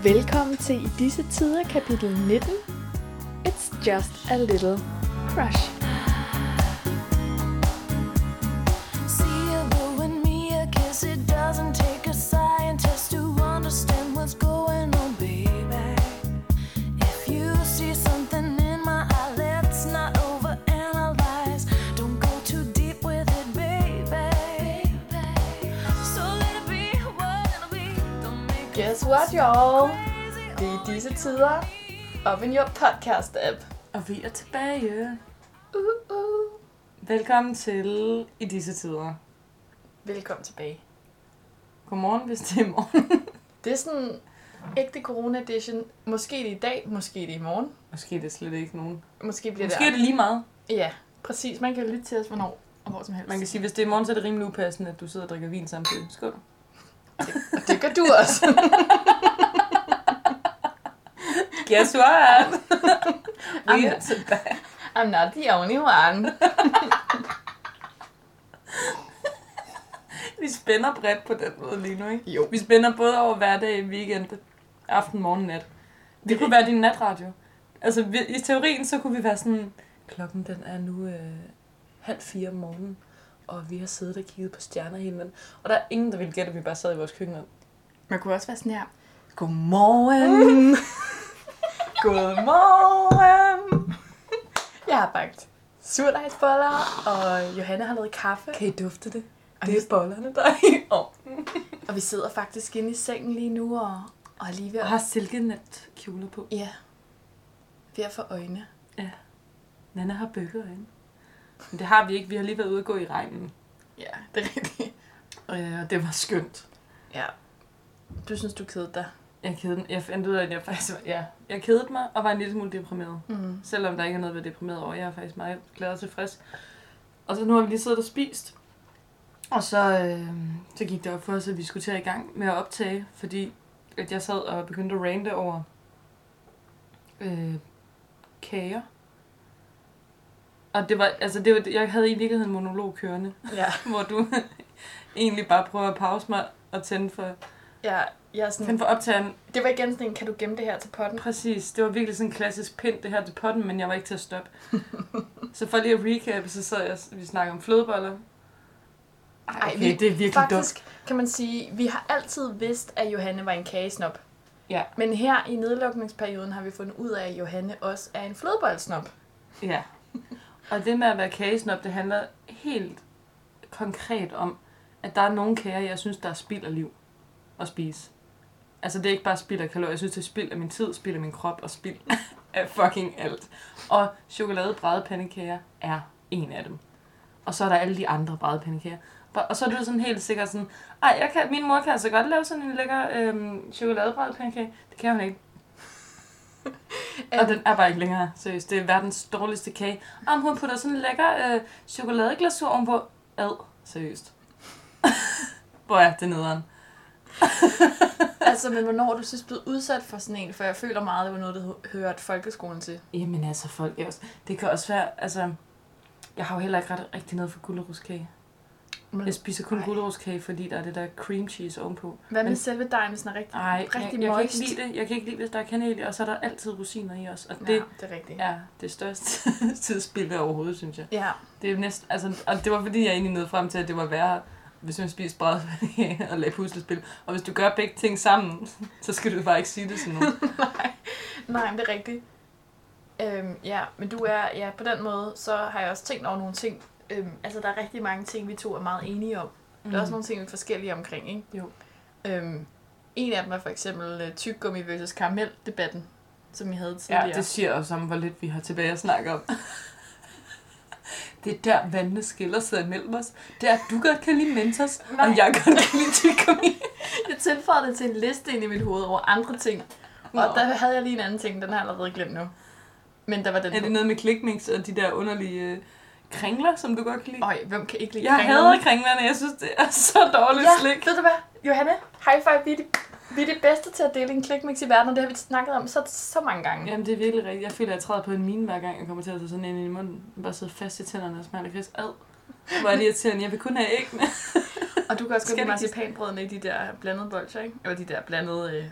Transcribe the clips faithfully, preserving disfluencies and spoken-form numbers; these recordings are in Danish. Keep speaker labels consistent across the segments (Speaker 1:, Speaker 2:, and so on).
Speaker 1: Velkommen til I disse tider kapitel nitten. It's just a little crush. Guess what, y'all? Det er i disse tider. Open your podcast app.
Speaker 2: Og vi er tilbage.
Speaker 1: Uh, uh.
Speaker 2: Velkommen til I disse tider.
Speaker 1: Velkommen tilbage.
Speaker 2: Godmorgen, hvis det er i morgen.
Speaker 1: Det er sådan ægte corona edition. Måske det er i dag, måske det er i morgen.
Speaker 2: Måske er det slet ikke nogen.
Speaker 1: Måske bliver
Speaker 2: Måske
Speaker 1: det...
Speaker 2: er det lige meget.
Speaker 1: Ja, præcis. Man kan lytte til os, hvornår og hvor som helst.
Speaker 2: Man kan sige, hvis det er i morgen, så er det rimelig upassende, at du sidder og drikker vin samtidig. Skål.
Speaker 1: Det, og det gør du også.
Speaker 2: Guess what? We are tilbage.
Speaker 1: I'm not the only one.
Speaker 2: Vi spænder bredt på den måde lige nu, ikke?
Speaker 1: Jo.
Speaker 2: Vi spænder både over hverdag, weekend, aften, morgen, nat. Det, det kunne være din natradio. Altså, vi, i teorien, så kunne vi være sådan, klokken den er nu øh, halv fire om morgenen, og vi har siddet og kigget på stjernehimlen, og der er ingen, der ville gætte, at vi bare sad i vores køkken.
Speaker 1: Man kunne også være sådan her. Godmorgen. Godmorgen. Jeg har bagt surdejsboller, og Johanne har lavet kaffe.
Speaker 2: Kan I dufte det?
Speaker 1: Og
Speaker 2: Det
Speaker 1: vi-
Speaker 2: er bollerne, der er i ovnen.
Speaker 1: Og vi sidder faktisk inde i sengen lige nu, og, og er lige ved
Speaker 2: Og
Speaker 1: at...
Speaker 2: har silkenet kjoler på.
Speaker 1: Ja. Ved at få øjne.
Speaker 2: Ja. Nana har bøggeøjne. Men det har vi ikke. Vi har lige været ude at gå i regnen.
Speaker 1: Ja, det er rigtigt.
Speaker 2: Øh, og det var skønt.
Speaker 1: Ja. Du synes, du kedede dig?
Speaker 2: Jeg kedede Jeg fandt ud af, at jeg faktisk var, ja, jeg kedede mig og var en lille smule deprimeret.
Speaker 1: Mm.
Speaker 2: Selvom der ikke er noget ved deprimeret over. Jeg er faktisk meget glad og tilfreds. Og så nu har vi lige siddet og spist. Og så, øh, så gik det op for os, at vi skulle til at i gang med at optage. Fordi at jeg sad og begyndte at rante over øh, kager. Og det var, altså det var, jeg havde i virkeligheden en monolog kørende.
Speaker 1: Ja.
Speaker 2: Hvor du egentlig bare prøver at pause mig og tænde for,
Speaker 1: Ja, jeg er sådan...
Speaker 2: tænde for optageren.
Speaker 1: Det var igen sådan en, kan du gemme det her til potten?
Speaker 2: Præcis, det var virkelig sådan en klassisk pind, det her til potten, men jeg var ikke til at stoppe. Så for lige at recap, så sad jeg, vi snakker om flødeboller. Ej, okay,
Speaker 1: vi,
Speaker 2: det er virkelig
Speaker 1: faktisk,
Speaker 2: dumt.
Speaker 1: kan man sige, vi har altid vidst, at Johanne var en kagesnop.
Speaker 2: Ja.
Speaker 1: Men her i nedlukningsperioden har vi fundet ud af, at Johanne også er en flødebollsnop.
Speaker 2: Ja. Og det med at være kagesnop, det handler helt konkret om, at der er nogle kager, jeg synes, der er spild af liv at spise. Altså det er ikke bare spild af kalorier, jeg synes, det er spild af min tid, spild af min krop og spild af fucking alt. Og chokoladebrædepandekager er en af dem. Og så er der alle de andre brædepandekager. Og så er du sådan helt sikkert sådan, ej, jeg kan, min mor kan altså godt lave sådan en lækker øhm, chokoladebrædepandekage. Det kan hun ikke. Og den er bare ikke længere, seriøst. Det er verdens dårligste kage. Om hun putter sådan en lækker øh, chokoladeglasur ovenpå. Ad, seriøst. Hvor er det nederen?
Speaker 1: Altså, men hvornår er du sidst blevet udsat for sådan en? For jeg føler meget, det var noget, du hørte folkeskolen til.
Speaker 2: Jamen altså, folk er også... Det kan også være, altså... Jeg har jo heller ikke ret rigtig noget for gulerodskage. Jeg spiser kun gulerodskage, fordi der er det der cream cheese ovenpå.
Speaker 1: Hvad med
Speaker 2: Men-
Speaker 1: selve dejen, hvis den er rigtig,
Speaker 2: Ej,
Speaker 1: rigtig
Speaker 2: jeg, jeg kan
Speaker 1: moist?
Speaker 2: ikke lide det. Jeg kan ikke lide, hvis der er kanel i, og så er der altid rosiner i os. Og
Speaker 1: Ja,
Speaker 2: det
Speaker 1: det er rigtigt.
Speaker 2: er det største tidsspilde overhovedet, synes jeg.
Speaker 1: Ja.
Speaker 2: Det er jo næsten, altså, og det var fordi, jeg egentlig nåede frem til, at det var værre, hvis man spiser brædepandekager og lagde puslespil. Og hvis du gør begge ting sammen, så skal du bare ikke sige det sådan noget.
Speaker 1: Nej, nej, men det er rigtigt. Øhm, ja, men du er, ja, på den måde, så har jeg også tænkt over nogle ting. Øhm, altså, der er rigtig mange ting, vi to er meget enige om. Mm. Der er også nogle ting, vi er forskellige omkring, ikke?
Speaker 2: Jo.
Speaker 1: Øhm, en af dem er for eksempel uh, tyggegummi versus karamel-debatten, som vi havde tidligere.
Speaker 2: Ja, det siger også om, hvor lidt vi har tilbage at snakke om. Det er der, vandene skiller sig imellem os. Det er, at du godt kan lide Mentos,
Speaker 1: Nej.
Speaker 2: og jeg godt kan lide tyggegummi.
Speaker 1: Jeg tilføjede det til en liste ind i mit hoved over andre ting.
Speaker 2: Nå.
Speaker 1: Og der havde jeg lige en anden ting, den har jeg allerede glemt nu. Men der var den
Speaker 2: Er det noget med klikmix og de der underlige øh, kringler, som du godt kan lide?
Speaker 1: Øj, hvem kan ikke lide
Speaker 2: Jeg
Speaker 1: kringlerne?
Speaker 2: hader kringlerne, jeg synes, det er så dårligt
Speaker 1: Ja,
Speaker 2: slik.
Speaker 1: ved du hvad? Johanne, high five, vi er, de, vi er de bedste til at dele en klikmix i verden, og det har vi snakket om så, så mange gange.
Speaker 2: Jamen, det er virkelig rigtigt. Jeg føler, at jeg træder på en mine, hver gang jeg kommer til at tage sådan en i munden. Jeg bare sidder fast i tænderne og smager lakrids. Ad. Hvor er det irriterende. Jeg vil kun have æggene.
Speaker 1: Og du kan også
Speaker 2: Skal
Speaker 1: godt lide
Speaker 2: det ikke-
Speaker 1: marcipanbrødene i de der blandede bolcher, ikke? Eller de der blandede øh,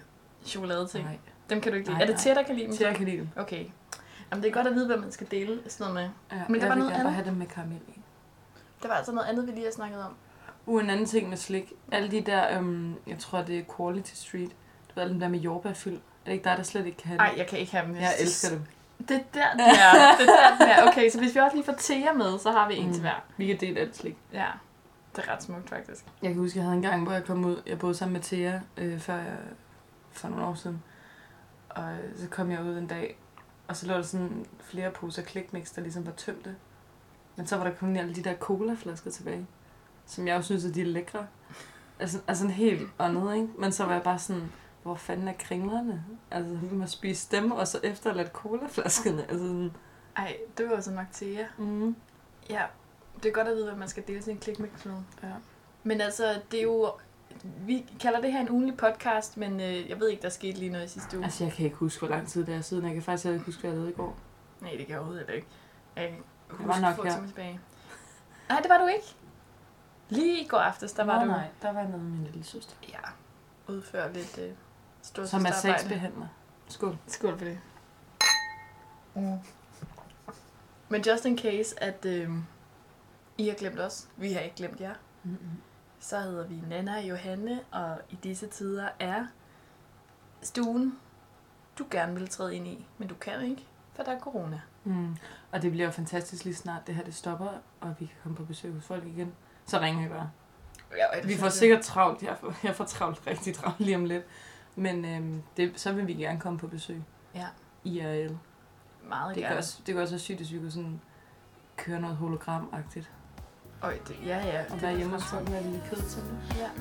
Speaker 1: chokoladeting.
Speaker 2: Nej.
Speaker 1: Dem kan du ikke lide.
Speaker 2: Nej,
Speaker 1: Er det
Speaker 2: nej.
Speaker 1: Thea, der kan lide dem?
Speaker 2: Til jeg kan lide dem.
Speaker 1: Okay. Jamen, det er godt at vide, hvad man skal dele sådan noget med.
Speaker 2: Ja,
Speaker 1: Men der
Speaker 2: jeg
Speaker 1: var
Speaker 2: vil
Speaker 1: noget
Speaker 2: gerne bare
Speaker 1: andet.
Speaker 2: have dem med karamel i.
Speaker 1: Der var altså noget andet, vi lige har snakket om.
Speaker 2: Uh, en anden ting med slik. Alle de der, øhm, jeg tror det er Quality Street. Du ved, alle dem der med jordbærfyld. Er det ikke dig, der slet ikke kan have det?
Speaker 1: Nej, jeg kan ikke have dem.
Speaker 2: Jeg elsker dem.
Speaker 1: Det er der, den er. Det er der, den er. Okay, så hvis vi også lige får Thea med, så har vi en
Speaker 2: Mm.
Speaker 1: til hver.
Speaker 2: Vi kan dele alt slik.
Speaker 1: Ja, det er ret smukt faktisk.
Speaker 2: Jeg kan huske, jeg havde en gang, hvor jeg kom ud. Jeg boede sammen med Thea, øh, før jeg, for nogle år siden. Og øh, så kom jeg ud en dag, og så lå der sådan flere poser klikmix, der ligesom var tømte. Men så var der kun alle de der colaflasker tilbage, som jeg også synes, at de er lækre. Altså, altså helt andet, ikke? Men så var jeg bare sådan, hvor fanden er kringlerne? Altså, vi må spise dem, og så efterlade colaflaskerne. Altså sådan,
Speaker 1: Ej, det var jo så nok Thea.
Speaker 2: mm.
Speaker 1: Ja, det er godt at vide, hvad man skal dele sin en klikmix med.
Speaker 2: Ja.
Speaker 1: Men altså, det er jo... Vi kalder det her en ugenlig podcast, men øh, jeg ved ikke, der skete lige noget i sidste uge.
Speaker 2: Altså, jeg kan ikke huske, hvor lang tid det er siden. Jeg kan faktisk ikke huske, hvad jeg lavede i går.
Speaker 1: Nej, det kan jeg overhovedet ikke. Jeg kan
Speaker 2: var
Speaker 1: huske
Speaker 2: nok
Speaker 1: få
Speaker 2: her.
Speaker 1: timer tilbage. Nej, det var du ikke. Lige i går aftes, der var
Speaker 2: Nå,
Speaker 1: du...
Speaker 2: nej, der var jeg nede med min lille søster.
Speaker 1: Ja, udføre lidt øh, stort
Speaker 2: Som er sagsbehandler. Skål.
Speaker 1: Skål for det. Mm. Men just in case, at øh, I har glemt os, vi har ikke glemt jer,
Speaker 2: Mm-hmm.
Speaker 1: så hedder vi Nana og Johanne, og i disse tider er stuen, du gerne vil træde ind i, men du kan ikke, for der er corona.
Speaker 2: Mm. Og det bliver jo fantastisk lige snart, det her det stopper, og vi kan komme på besøg hos folk igen. Så ringer vi bare.
Speaker 1: Ja,
Speaker 2: Vi får sikkert travlt. Jeg får, jeg får travlt, rigtig travlt lige om lidt. Men øhm, det, så vil vi gerne komme på besøg.
Speaker 1: Ja.
Speaker 2: I R L.
Speaker 1: Meget
Speaker 2: Det kan,
Speaker 1: gerne.
Speaker 2: også, det kan også være sygt, hvis vi kunne sådan køre noget hologram-agtigt.
Speaker 1: Øj, det, ja, ja.
Speaker 2: Og være hjemme hos folk med lidt kød til det.
Speaker 1: Ja.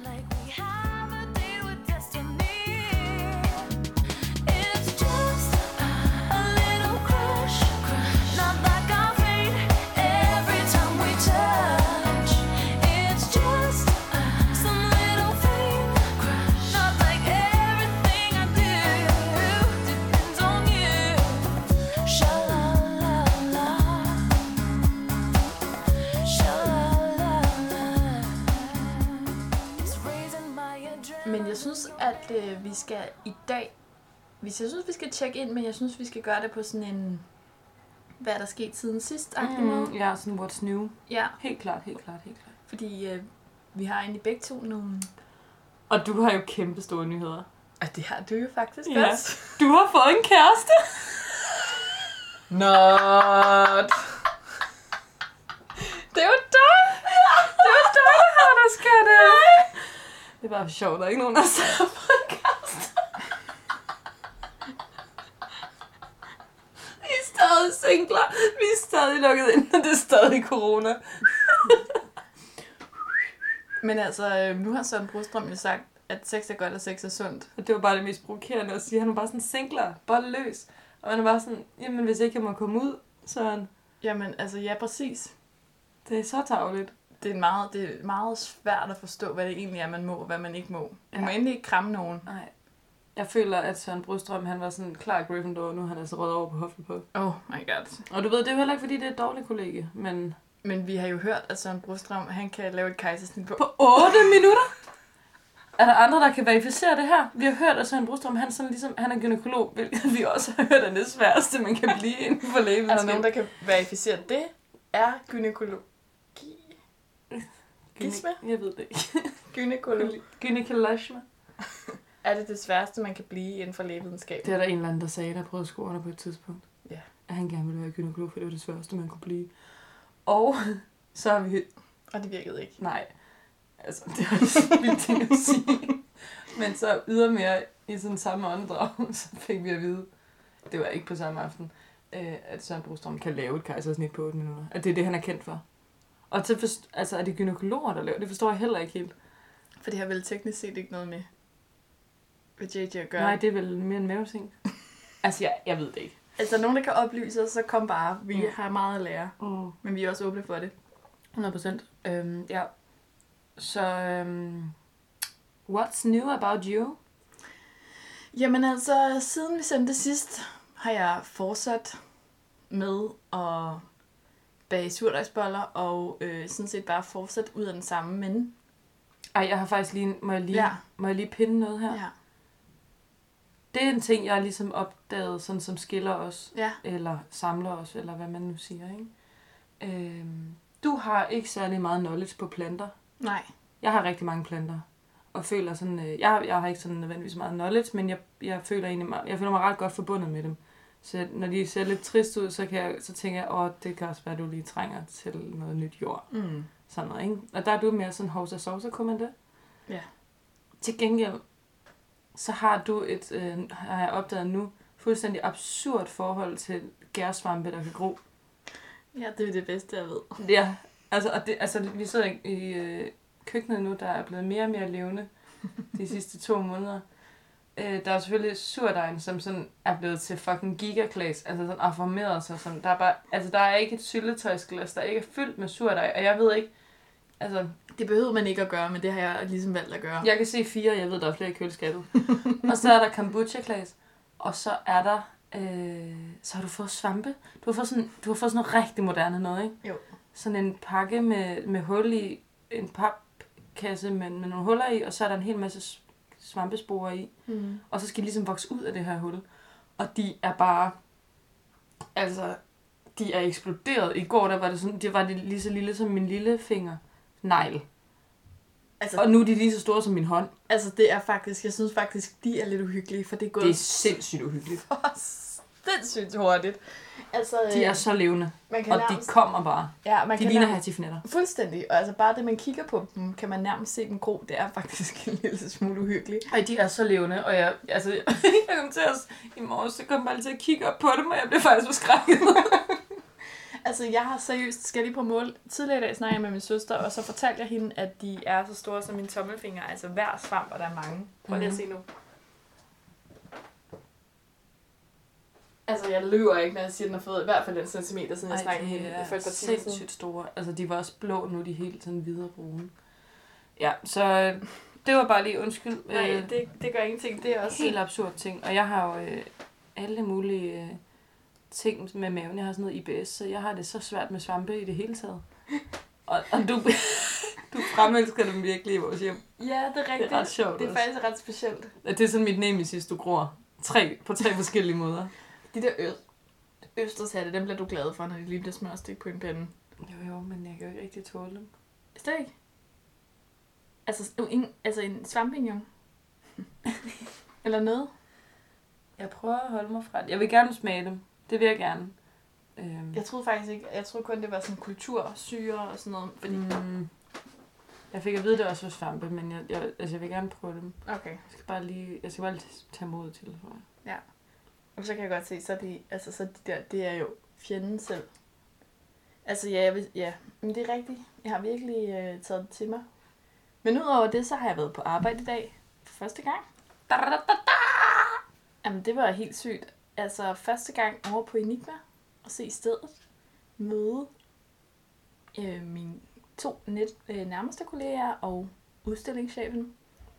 Speaker 1: Men jeg synes, at øh, vi skal i dag... Hvis jeg synes, vi skal tjekke ind, men jeg synes, vi skal gøre det på sådan en... Hvad er der sket siden sidst? Mm. Måde.
Speaker 2: Ja, sådan what's new.
Speaker 1: Ja.
Speaker 2: Helt klart, helt klart, helt klart.
Speaker 1: Fordi øh, vi har egentlig begge to nogle...
Speaker 2: Og du har jo kæmpe store nyheder.
Speaker 1: Og det har du jo faktisk
Speaker 2: Ja.
Speaker 1: også.
Speaker 2: Du har fået en kæreste.
Speaker 1: Not. Det er jo dig! Det er jo dig, der har der skal det!
Speaker 2: Det er bare sjovt, der er ikke nogen, der ser på en kæreste. Vi er stadig singler. Vi er stadig lukket ind, og det er stadig corona.
Speaker 1: Men altså, øh, nu har Søren Brostrøm jo sagt, at sex er godt, og sex er sundt.
Speaker 2: Og det var bare det mest provokerende at sige. Han var bare sådan singler, bolle løs. Og han var bare sådan, jamen hvis ikke jeg må komme ud, så er han,
Speaker 1: Jamen, altså, ja, præcis.
Speaker 2: det er så tarveligt.
Speaker 1: Det er, meget, det er meget svært at forstå, hvad det egentlig er, man må, og hvad man ikke må. Du må
Speaker 2: Ja.
Speaker 1: endelig ikke kramme nogen.
Speaker 2: Nej. Jeg føler, at Søren Brostrøm, han var sådan klar Gryffindor, nu er han altså røget over på Hufflepuff.
Speaker 1: Oh my god.
Speaker 2: Og du ved, det er jo heller ikke, fordi det er et dårligt kollega, men...
Speaker 1: Men vi har jo hørt, at Søren Brostrøm, han kan lave et kejsersnit på...
Speaker 2: På otte minutter? Er der andre, der kan verificere det her? Vi har hørt, at Søren Brostrøm, han, sådan ligesom, han er gynækolog, hvilket vi også har hørt er det sværeste, man kan blive inden for
Speaker 1: Er der
Speaker 2: lægevidenskab.
Speaker 1: nogen, der kan verificere det? Er gynækologi... Gisme?
Speaker 2: Jeg ved det ikke.
Speaker 1: Gynækologi.
Speaker 2: Gynækologisme.
Speaker 1: Er det det sværeste, man kan blive inden for lægevidenskab?
Speaker 2: Det er der en eller anden, der sagde, der prøvede skoerne på et tidspunkt.
Speaker 1: Ja.
Speaker 2: At han gerne ville være gynækolog, for det var det sværeste, man kunne blive. Og så har vi...
Speaker 1: Og det virkede ikke.
Speaker 2: Nej. Altså, det er også vildt ting at sige. Men så ydermere i sådan samme åndedrag, så fik vi at vide, det var ikke på samme aften, øh, at Søren Brostrøm kan lave et kejsersnit på otte minutter. At det er det, han er kendt for. Og så forst- altså, er det gynækologer, der laver det? forstår jeg heller ikke helt.
Speaker 1: For det har vel teknisk set ikke noget med, hvad J J at gøre.
Speaker 2: Nej, det er vel mere en maveting. Altså, jeg, jeg ved det ikke.
Speaker 1: Altså, nogen, der kan oplyse os, så kom bare. Vi
Speaker 2: Mm.
Speaker 1: har meget at lære.
Speaker 2: Mm.
Speaker 1: Men vi er også åbne for det.
Speaker 2: hundrede procent. Øhm, ja. Så, øhm, what's new about you?
Speaker 1: Jamen altså, siden vi sendte sidst, har jeg fortsat med at bage surdejsboller, og øh, sådan set bare fortsat ud af den samme, men...
Speaker 2: Ej, jeg har faktisk lige... Må jeg lige,
Speaker 1: Ja.
Speaker 2: må jeg lige pinde noget her?
Speaker 1: Ja.
Speaker 2: det er en ting, jeg har ligesom opdaget, sådan som skiller os,
Speaker 1: Ja.
Speaker 2: eller samler os, eller hvad man nu siger, ikke? Øhm, du har ikke særlig meget knowledge på planter.
Speaker 1: Nej.
Speaker 2: Jeg har rigtig mange planter, og føler sådan, øh, jeg, jeg har ikke sådan nødvendigvis meget knowledge, men jeg, jeg føler egentlig, mig, jeg føler mig ret godt forbundet med dem. Så når de ser lidt trist ud, så, kan jeg, så tænker jeg, åh, det kan også være, at du lige trænger til noget nyt jord.
Speaker 1: Mm.
Speaker 2: Sådan noget, ikke? Og der er du mere sådan hovsa sovsa, kunne man det?
Speaker 1: Ja.
Speaker 2: Til gengæld, så har du et, øh, har jeg opdaget nu, fuldstændig absurd forhold til gærsvampe, der kan gro.
Speaker 1: Ja, det er det bedste, jeg ved.
Speaker 2: Ja, altså, og det, altså vi sidder i, i øh, køkkenet nu, der er blevet mere og mere levende de sidste to måneder. Øh, der er selvfølgelig surdejen, som sådan er blevet til fucking gigaglas, altså sådan affirmeret sig. Som, der, er bare, altså, der er ikke et syltetøjsglas, der ikke er fyldt med surdej, og jeg ved ikke, altså...
Speaker 1: Det behøver man ikke at gøre, men det har jeg ligesom valgt at gøre.
Speaker 2: Jeg kan se fire, jeg ved, der er flere i køleskabet. Og så er der kombucha-glas, og så er der... Øh, så har du fået svampe. Du har fået sådan, du har fået sådan noget rigtig moderne noget, ikke?
Speaker 1: Jo.
Speaker 2: Sådan en pakke med, med hul i, en papkasse med, med nogle huller i, og så er der en hel masse svampesporer i.
Speaker 1: Mm.
Speaker 2: Og så skal de ligesom vokse ud af det her hul. Og de er bare... Altså, de er eksploderet. I går, der var det sådan, det var det lige så lille som min lille finger. Negl.
Speaker 1: Altså,
Speaker 2: Og nu er de lige så store som min hånd.
Speaker 1: altså, det er faktisk, jeg synes faktisk, de er lidt uhyggelige, for det er gået
Speaker 2: Det er sindssygt uhyggeligt.
Speaker 1: for sindssygt hurtigt. Altså,
Speaker 2: De er
Speaker 1: øh,
Speaker 2: så levende,
Speaker 1: man kan
Speaker 2: og de
Speaker 1: nærmest,
Speaker 2: kommer bare.
Speaker 1: ja, man
Speaker 2: De
Speaker 1: kan
Speaker 2: ligner
Speaker 1: nærmest,
Speaker 2: hatifnetter.
Speaker 1: fuldstændig, og altså bare det, man kigger på dem, kan man nærmest se dem gro, det er faktisk en lille smule uhyggeligt.
Speaker 2: Ej, de er så levende, og jeg, altså, jeg kom til at, i morgen, så kom jeg bare lige til at kigge op på dem, og jeg blev faktisk forskrækket.
Speaker 1: Altså, jeg har seriøst, skal jeg lige på mål, tidligere i dag snakkede jeg med min søster, og så fortalte jeg hende, at de er så store som mine tommelfingre, altså hver svamp, og der er mange. Prøv lige at se nu. Altså, jeg løber ikke, når jeg siger, at den har fået i hvert fald en centimeter, siden jeg snakkede med hende for et par timer siden.
Speaker 2: sindssygt store. Altså, de var også blå, nu er de helt sådan hvide og brune. Ja, så det var bare lige undskyld.
Speaker 1: Nej,
Speaker 2: Øh,
Speaker 1: det, det gør ingenting. Det er også
Speaker 2: helt absurd ting. Og jeg har jo øh, alle mulige øh, ting med maven. Jeg har sådan noget I B S, så jeg har det så svært med svampe i det hele taget. Og, og du, du fremelsker dem virkelig i vores hjem.
Speaker 1: Ja, det er rigtigt.
Speaker 2: Det er ret sjovt
Speaker 1: Det er
Speaker 2: også.
Speaker 1: faktisk ret specielt.
Speaker 2: Det er sådan mit nemesis, du gror. Tre, på tre forskellige måder.
Speaker 1: De der ø- østershatte, dem bliver du glad for, når de lige bliver smørstik på en pande.
Speaker 2: Jo, jo, men jeg kan jo ikke rigtig tåle dem.
Speaker 1: Slet ikke. Altså, en, altså en svampinjong. Eller noget.
Speaker 2: Jeg prøver at holde mig fra det. Jeg vil gerne smage dem. Det vil jeg gerne. Øhm.
Speaker 1: Jeg troede faktisk ikke, jeg troede kun, det var sådan kultursyre og sådan noget. Fordi...
Speaker 2: Mm. Jeg fik at vide, det også var svampe, men jeg, jeg, altså jeg vil gerne prøve dem.
Speaker 1: Okay.
Speaker 2: Jeg skal bare lige, jeg skal bare lige tage mod til det, tror jeg.
Speaker 1: Ja. Og så kan jeg godt se, så er de, altså, så de der, det er jo fjenden selv. Altså ja, jeg vil, ja, men det er rigtigt. Jeg har virkelig øh, taget det til mig. Men udover det, så har jeg været på arbejde i dag. For første gang. Da, da, da, da. Jamen, det var helt sygt. Altså, første gang over på Enigma. Og se stedet. Møde øh, mine to net, øh, nærmeste kolleger og udstillingschefen.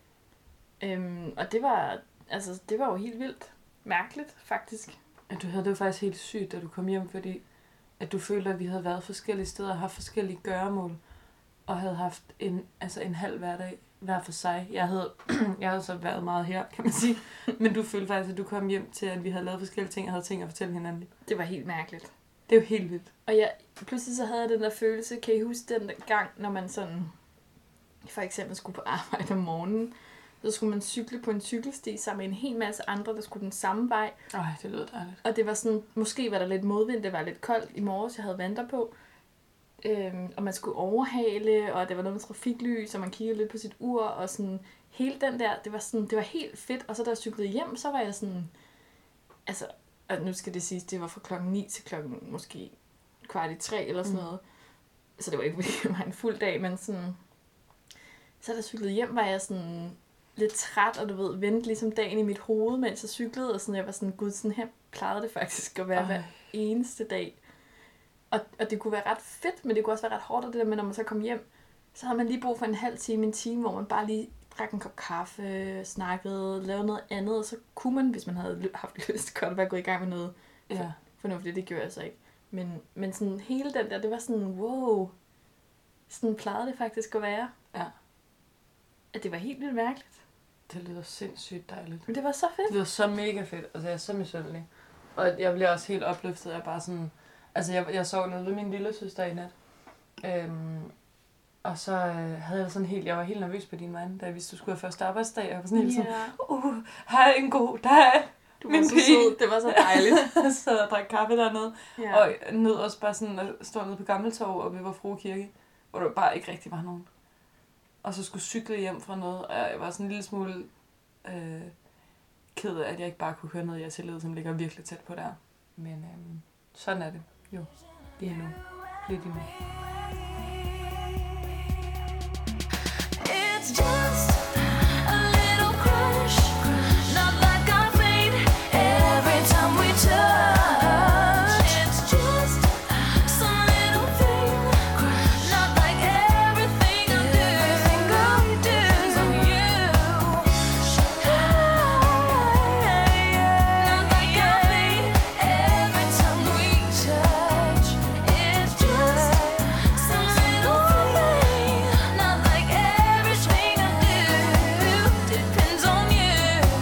Speaker 1: Øhm, og det var, altså, det var jo helt vildt. Mærkeligt, faktisk.
Speaker 2: Ja, du havde det jo faktisk helt sygt, da du kom hjem, fordi at du følte, at vi havde været forskellige steder og haft forskellige gøremål. Og havde haft en, altså en halv hverdag hver for sig. Jeg havde, jeg havde så været meget her, kan man sige. Men du følte faktisk, at du kom hjem til, at vi havde lavet forskellige ting og havde ting at fortælle hinanden.
Speaker 1: Det var helt mærkeligt.
Speaker 2: Det er jo helt vildt.
Speaker 1: Og jeg, pludselig så havde jeg den der følelse, kan I huske den der gang, når man sådan, for eksempel skulle på arbejde om morgenen, så skulle man cykle på en cykelsti sammen med en hel masse andre, der skulle den samme vej.
Speaker 2: Ej, det lyder dejligt.
Speaker 1: Og det var sådan, måske var der lidt modvind, det var lidt koldt i morges, jeg havde vanter på. Øhm, og man skulle overhale, og det var noget med trafiklys, og man kiggede lidt på sit ur, og sådan, hele den der, det var sådan, det var helt fedt. Og så da jeg cyklede hjem, så var jeg sådan, altså, og nu skal det siges, det var fra klokken ni til klokken måske kvart i tre, eller sådan noget. Mm. Så det var ikke, fordi det var en fuld dag, men sådan, så da jeg cyklede hjem, var jeg sådan lidt træt, og du ved, vendte ligesom dagen i mit hoved, mens jeg cyklede, og sådan, jeg var sådan, gud, sådan her plejede det faktisk at være Ej. hver eneste dag. Og, og det kunne være ret fedt, men det kunne også være ret hårdt, og det der med, når man så kom hjem, så havde man lige brug for en halv time, en time, hvor man bare lige drak en kop kaffe, snakkede, lavede noget andet, og så kunne man, hvis man havde haft lyst, godt være gået i gang med noget
Speaker 2: Ja.
Speaker 1: fornuftigt. Det gjorde jeg så ikke. Men, men sådan hele den der, det var sådan, wow, sådan plejede det faktisk at være.
Speaker 2: Ja.
Speaker 1: At det var helt vildt mærkeligt.
Speaker 2: Det lyder sindssygt dejligt.
Speaker 1: Men det var så fedt.
Speaker 2: Det lyder så mega fedt. Altså, jeg er så misundelig. Og jeg bliver også helt opløftet af bare sådan... Altså, jeg, jeg sov nede ved min lille søster i nat. Øhm, og så øh, havde jeg sådan helt... Jeg var helt nervøs på din vegne, da jeg vidste, du skulle have første arbejdsdag. Jeg var sådan helt
Speaker 1: Ja.
Speaker 2: sådan... Uh, hej, en god dag.
Speaker 1: Du var så sød. Det var så dejligt.
Speaker 2: Jeg sad og drak kaffe dernede.
Speaker 1: Ja.
Speaker 2: Og nød også bare sådan at stå nede på Gammeltorv og ved Vor Frue Kirke, hvor der bare ikke rigtig var nogen. Og så skulle cykle hjem fra noget, og jeg var sådan en lille smule øh, ked af, at jeg ikke bare kunne høre noget i atelieret, som ligger virkelig tæt på der. Men øh, sådan er det jo lige nu. Lidt endnu.
Speaker 3: It's just a little crush, not like I faint every time we touch. It's just some little thing, not like everything I do. Everything I do is on you. Not like I faint every time we touch. It's just some little thing, not like everything I do depends on you.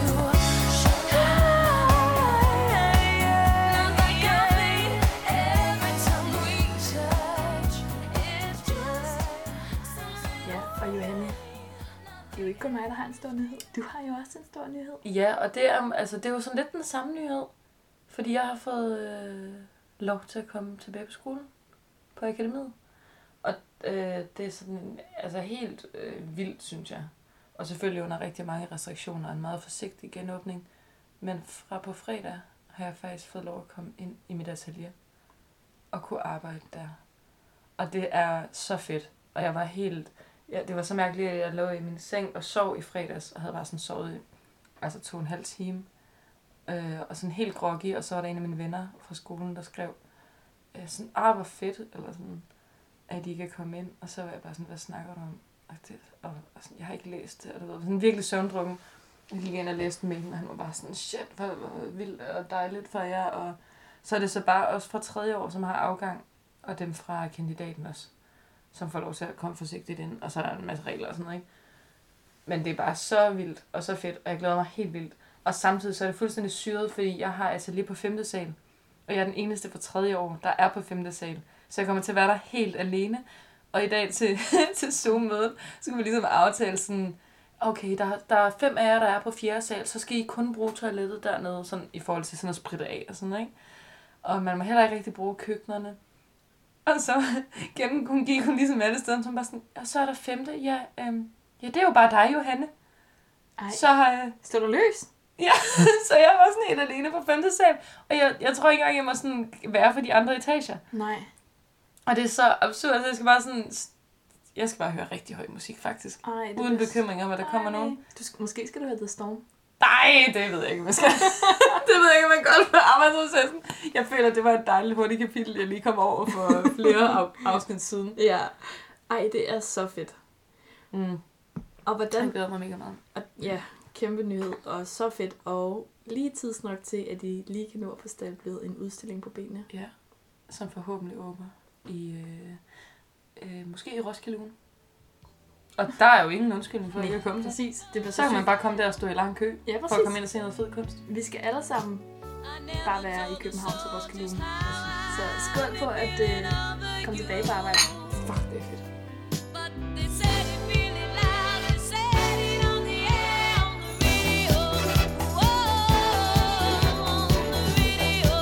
Speaker 3: Not like I faint every time we touch. It's just some
Speaker 1: Ja, og Johanne, det er jo ikke kun mig, der har en stor nyhed. Du har jo også en stor nyhed.
Speaker 2: Ja, og det er, altså, det er jo sådan lidt den samme nyhed. Fordi jeg har fået øh, lov til at komme tilbage på skolen på akademiet. Og øh, det er sådan altså helt øh, vildt, synes jeg. Og selvfølgelig under rigtig mange restriktioner og en meget forsigtig genåbning. Men fra på fredag har jeg faktisk fået lov at komme ind i mit atelier og kunne arbejde der. Og det er så fedt. Og jeg var helt... Ja, det var så mærkeligt, at jeg lå i min seng og sov i fredags, og havde bare sådan sovet i altså to og en halv time. Øh, og sådan helt groggy, og så var der en af mine venner fra skolen, der skrev øh, sådan, ah, hvor fedt, eller sådan, at I kan komme ind. Og så var jeg bare sådan, hvad snakker du om? Og, det, og, og sådan, jeg har ikke læst det, og det var sådan virkelig søvndrukken. Jeg gik ind og læste mailen, og han var bare sådan, shit, hvor, hvor vildt og dejligt for jer. Og så er det så bare også fra tredje år, som har afgang, og dem fra kandidaten også, som får lov til at komme forsigtigt ind, og så er der en masse regler og sådan noget, ikke? Men det er bare så vildt og så fedt, og jeg glæder mig helt vildt. Og samtidig så er det fuldstændig syret, fordi jeg har atelier på femte sal, og jeg er den eneste fra tredje år, der er på femte sal. Så jeg kommer til at være der helt alene. Og i dag til, til Zoom-mødet, så kan vi ligesom aftale sådan, okay, der, der er fem af jer, der er på fjerde sal, så skal I kun bruge toilettet dernede, sådan i forhold til sådan at spritte af og sådan, ikke? Og man må heller ikke rigtig bruge køkkenerne. Og så gennem, hun gik hun ligesom alle steder, som bare sådan, og så er der femte, ja, øhm, ja, det er jo bare dig, Johanne.
Speaker 1: Ej,
Speaker 2: Så har jeg,
Speaker 1: står du løs?
Speaker 2: ja, så jeg var sådan helt alene på femte sal, og jeg, jeg tror ikke engang, jeg må sådan være for de andre etager.
Speaker 1: Nej.
Speaker 2: Og det er så absurd, at jeg skal bare sådan, jeg skal bare høre rigtig høj musik, faktisk.
Speaker 1: Ej, det
Speaker 2: Uden
Speaker 1: bliver-
Speaker 2: bekymring om, at der kommer
Speaker 1: Ej.
Speaker 2: nogen.
Speaker 1: Du skal, måske skal du have The Storm.
Speaker 2: Nej, det ved jeg ikke, man skal. Det ved jeg ikke, man godt for arbejdsprocessen. Jeg føler, det var et dejligt hurtigt kapitel, jeg lige kom over for flere af- afsnit siden.
Speaker 1: Ja. Ej, det er så fedt.
Speaker 2: Mm.
Speaker 1: Og hvordan...
Speaker 2: Jeg glæder mig mega meget.
Speaker 1: Og, ja, kæmpe nyhed, og så fedt, og lige tidsnok til, at I lige kan nå at få stablet en udstilling på benene.
Speaker 2: Ja, som forhåbentlig åbner i, øh, øh, måske i Roskilde ugen. Og der er jo ingen undskyldning for, at jeg kan komme til.
Speaker 1: Præcis. Det bliver
Speaker 2: Så kan man bare komme der og stå i lang kø,
Speaker 1: Ja,
Speaker 2: for at
Speaker 1: præcis.
Speaker 2: komme ind og se noget fed kunst.
Speaker 1: Vi skal alle sammen bare være i København til Roskilde ugen. Så skål på at øh, komme tilbage på arbejde.
Speaker 2: Fuck, det er fedt.
Speaker 3: But they said it really loud. They said it on the air, on the radio. Whoa, on the radio.